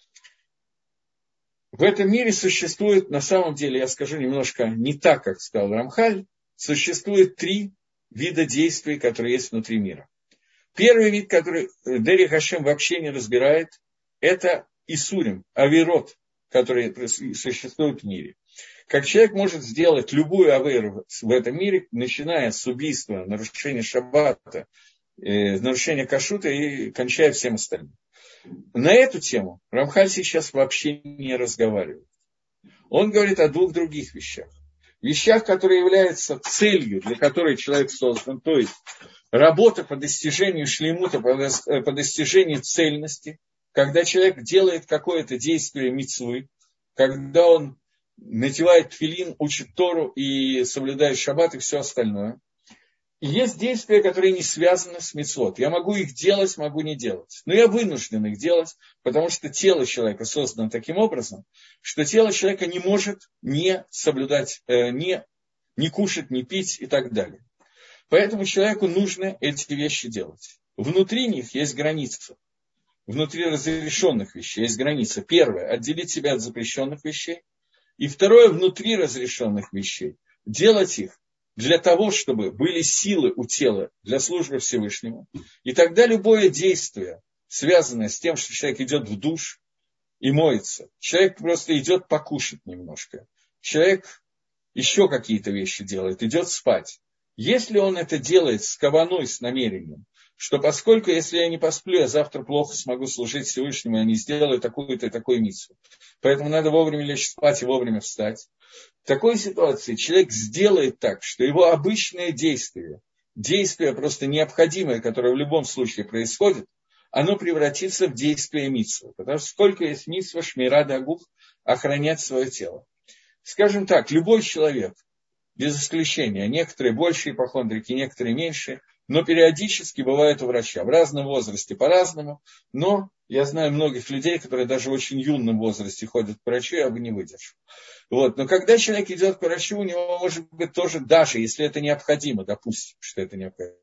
В этом мире существует, на самом деле, я скажу немножко не так, как сказал Рамхаль, существует 3 вида действий, которые есть внутри мира. Первый вид, который Дерих Хашем вообще не разбирает, это Исурим, авейрот, которые существуют в мире. Как человек может сделать любую авейру в этом мире, начиная с убийства, нарушения шаббата, нарушения кашрута и кончая всем остальным. На эту тему Рамхаль сейчас вообще не разговаривает. Он говорит о 2 других вещах. Вещах, которые являются целью, для которой человек создан, то есть работа по достижению шлеймута, по достижению цельности, когда человек делает какое-то действие мицвы, когда он надевает тфилин, учит Тору и соблюдает шаббат и все остальное. И есть действия, которые не связаны с мицвот. Я могу их делать, могу не делать. Но я вынужден их делать, потому что тело человека создано таким образом, что тело человека не может не соблюдать, не кушать, не пить и так далее. Поэтому человеку нужно эти вещи делать. Внутри них есть граница. Внутри разрешенных вещей есть граница. Первое – отделить себя от запрещенных вещей. И второе – внутри разрешенных вещей делать их для того, чтобы были силы у тела для службы Всевышнему. И тогда любое действие, связанное с тем, что человек идет в душ и моется, человек просто идет покушать немножко, человек еще какие-то вещи делает, идет спать. Если он это делает с каваной, с намерением, что поскольку, если я не посплю, я завтра плохо смогу служить Всевышнему, я не сделаю такую-то и такую мицву. Поэтому надо вовремя лечь спать и вовремя встать. В такой ситуации человек сделает так, что его обычное действие просто необходимое, которое в любом случае происходит, оно превратится в действие мицвы. Потому что сколько есть мицва, шмира дагуф, охранять свое тело. Скажем так, любой человек, без исключения, некоторые большие ипохондрики, некоторые меньшие, но периодически бывают у врача. В разном возрасте по-разному, но я знаю многих людей, которые даже в очень юном возрасте ходят к врачу, я бы не выдержал. Вот. Но когда человек идет к врачу, у него может быть тоже, даже если это необходимо, допустим, что это необходимо,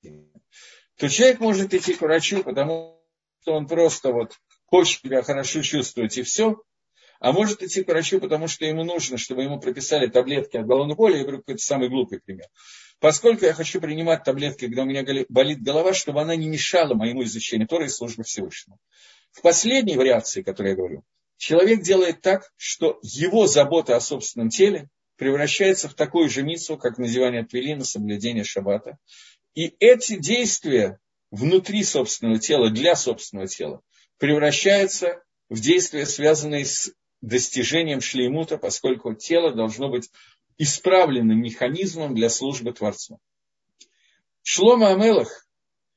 то человек может идти к врачу, потому что он просто хочет себя хорошо чувствовать и все, а может идти к врачу, потому что ему нужно, чтобы ему прописали таблетки от головной боли. Я говорю, какой-то самый глупый пример. Поскольку я хочу принимать таблетки, когда у меня болит голова, чтобы она не мешала моему изучению Торы и службе Всевышнему. В последней вариации, которую я говорю, человек делает так, что его забота о собственном теле превращается в такую же мицву, как надевание тфилина, соблюдение шаббата. И эти действия внутри собственного тела, для собственного тела, превращаются в действия, связанные с достижением шлеймута, поскольку тело должно быть исправленным механизмом для службы Творцу. Шломо Амелах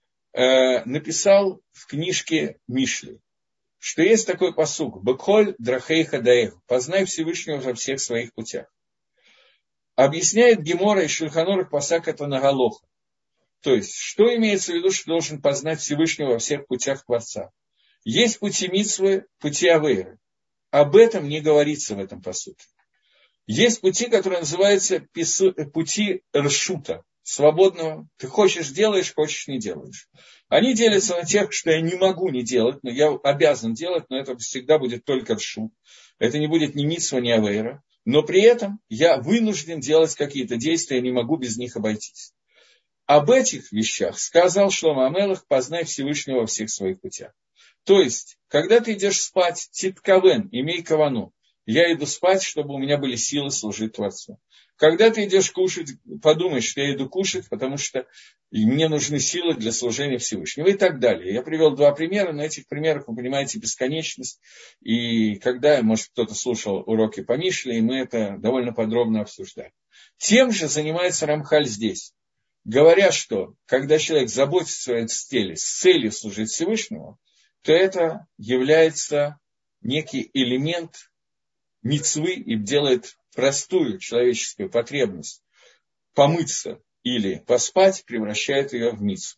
написал в книжке Мишли, что есть такой пасук «Бекхоль драхейха даэх» – «Познай Всевышнего во всех своих путях». Объясняет Гемора и Шульхан Арух пасак это на галоха. То есть, что имеется в виду, что должен познать Всевышнего во всех путях Творца? Есть пути мицвы, пути авейры. Об этом не говорится в этом пасуке. Есть пути, которые называются пути ршута, свободного. Ты хочешь – делаешь, хочешь – не делаешь. Они делятся на тех, что я не могу не делать, но я обязан делать, но это всегда будет только ршут. Это не будет ни мицва, ни авейра. Но при этом я вынужден делать какие-то действия, я не могу без них обойтись. Об этих вещах сказал Шломо Амелах: познай Всевышнего во всех своих путях. То есть, когда ты идешь спать, титкавен, имей кавану. Я иду спать, чтобы у меня были силы служить Творцу. Когда ты идешь кушать, подумай, что я иду кушать, потому что мне нужны силы для служения Всевышнего и так далее. Я привел 2 примера, на этих примерах вы понимаете бесконечность. И когда, может, кто-то слушал уроки по Мишле, и мы это довольно подробно обсуждали. Тем же занимается Рамхаль здесь, говоря, что когда человек заботится о своем теле с целью служить Всевышнему, то это является некий элемент мицвы и делает простую человеческую потребность помыться или поспать, превращает ее в мицву.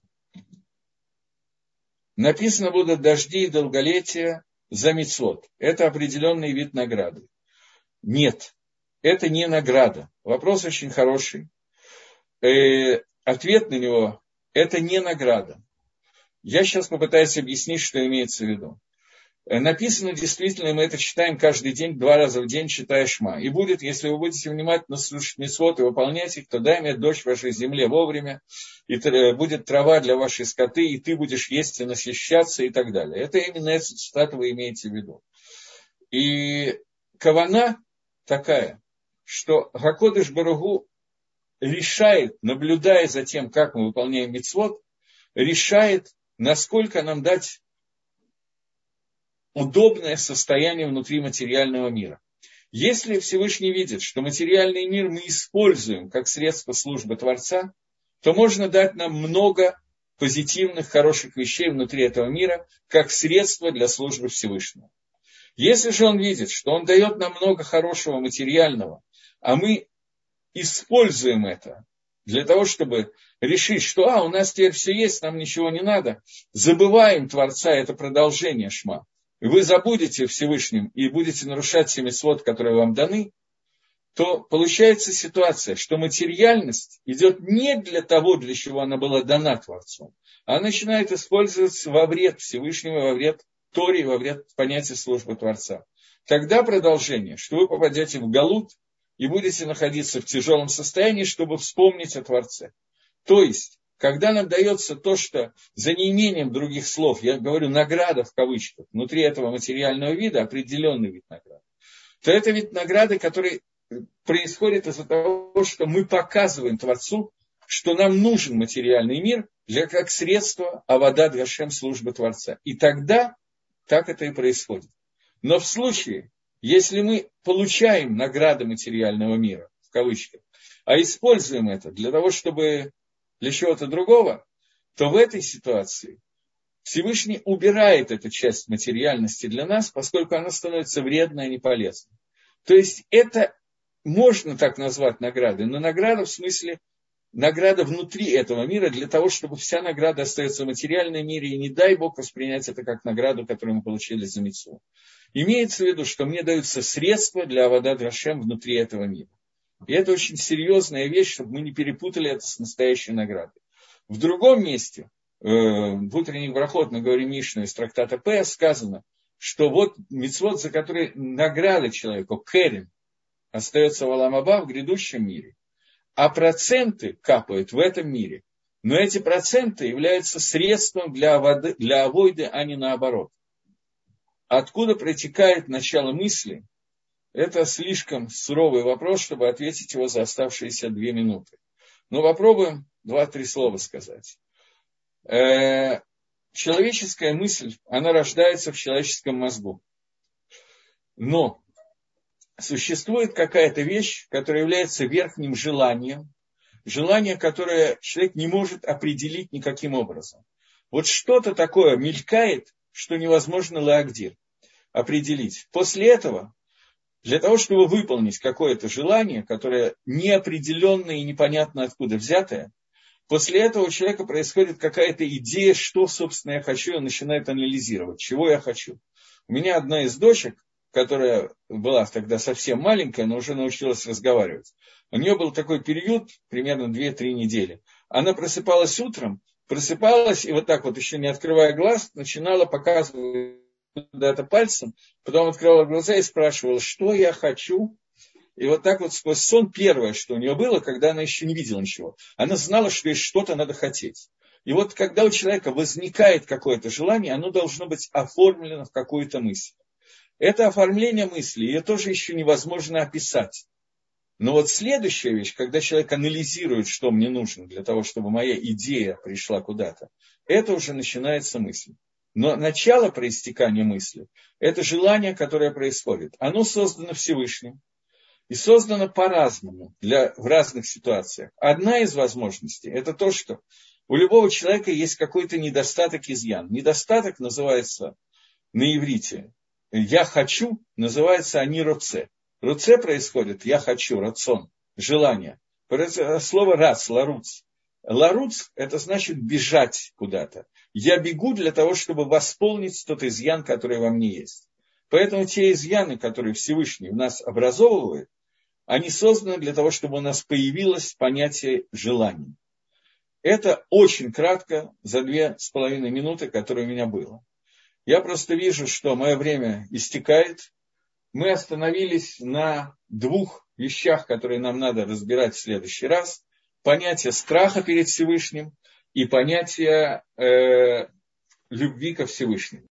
Написано будут дожди и долголетия за мицвот. Это определенный вид награды. Нет, это не награда. Вопрос очень хороший. Ответ на него – это не награда. Я сейчас попытаюсь объяснить, что имеется в виду. Написано действительно, мы это читаем каждый день, 2 раза в день, читая Шма. И будет, если вы будете внимательно слушать мицвот и выполнять их, то дай мне дождь в вашей земле вовремя, и будет трава для вашей скоты, и ты будешь есть и насыщаться, и так далее. Это именно эту цитату вы имеете в виду. И кавана такая, что Гакодыш Баругу решает, наблюдая за тем, как мы выполняем мицвот, решает, насколько нам дать удобное состояние внутри материального мира. Если Всевышний видит, что материальный мир мы используем как средство службы Творца, то можно дать нам много позитивных, хороших вещей внутри этого мира, как средство для службы Всевышнего. Если же он видит, что он дает нам много хорошего материального, а мы используем это для того, чтобы решить, что у нас теперь все есть, нам ничего не надо, забываем Творца, это продолжение Шма, и вы забудете Всевышним и будете нарушать все мицвот, которые вам даны, то получается ситуация, что материальность идет не для того, для чего она была дана Творцом, а начинает использоваться во вред Всевышнего, во вред Торе, во вред понятия службы Творца. Тогда продолжение, что вы попадете в галут и будете находиться в тяжелом состоянии, чтобы вспомнить о Творце. То есть, когда нам дается то, что за неимением других слов, я говорю награда в кавычках, внутри этого материального вида, определенный вид награды, то это вид награды, который происходит из-за того, что мы показываем Творцу, что нам нужен материальный мир как средство авадат гашем службы Творца. И тогда так это и происходит. Но в случае, если мы получаем награды материального мира, в кавычках, а используем это для того, чтобы для чего-то другого, то в этой ситуации Всевышний убирает эту часть материальности для нас, поскольку она становится вредной и неполезной. То есть это можно так назвать наградой, но награда в смысле награда внутри этого мира для того, чтобы вся награда остается в материальном мире, и не дай Бог воспринять это как награду, которую мы получили за мицву. Имеется в виду, что мне даются средства для авадат гашем внутри этого мира. И это очень серьезная вещь, чтобы мы не перепутали это с настоящей наградой. В другом месте, в утренних брахот, мы говорим Мишну из трактата П, сказано, что вот мицвот, за который награда человеку, керем, остается в Олам аба, в грядущем мире, а проценты капают в этом мире. Но эти проценты являются средством для авойды, а не наоборот. Откуда протекает начало мысли? Это слишком суровый вопрос, чтобы ответить его за оставшиеся 2 минуты. Но попробуем 2-3 слова сказать. Человеческая мысль, она рождается в человеческом мозгу. Но существует какая-то вещь, которая является верхним желанием, желание, которое человек не может определить никаким образом. Вот что-то такое мелькает, что невозможно лаагдир, определить. После этого, для того, чтобы выполнить какое-то желание, которое неопределенное и непонятно откуда взятое, после этого у человека происходит какая-то идея, что, собственно, я хочу, и он начинает анализировать, чего я хочу. У меня одна из дочек, которая была тогда совсем маленькая, но уже научилась разговаривать. У нее был такой период, примерно 2-3 недели. Она просыпалась утром, и вот так вот, еще не открывая глаз, начинала показывать куда-то пальцем, потом открывала глаза и спрашивала, что я хочу. И вот так вот сквозь сон первое, что у нее было, когда она еще не видела ничего. Она знала, что ей что-то надо хотеть. И вот когда у человека возникает какое-то желание, оно должно быть оформлено в какую-то мысль. Это оформление мысли, ее тоже еще невозможно описать. Но вот следующая вещь, когда человек анализирует, что мне нужно для того, чтобы моя идея пришла куда-то, это уже начинается мысль. Но начало проистекания мысли – это желание, которое происходит. Оно создано Всевышним и создано по-разному в разных ситуациях. Одна из возможностей – это то, что у любого человека есть какой-то недостаток, изъян. Недостаток называется на иврите я хочу, называется они роце. Роце происходит я хочу, рацион, желание. Слово рац, ларуц. Ларуц – это значит бежать куда-то. Я бегу для того, чтобы восполнить тот изъян, который во мне есть. Поэтому те изъяны, которые Всевышний в нас образовывает, они созданы для того, чтобы у нас появилось понятие желания. Это очень кратко, за 2,5 минуты, которые у меня было. Я просто вижу, что мое время истекает. Мы остановились на 2 вещах, которые нам надо разбирать в следующий раз. Понятие страха перед Всевышним и понятие любви ко Всевышнему.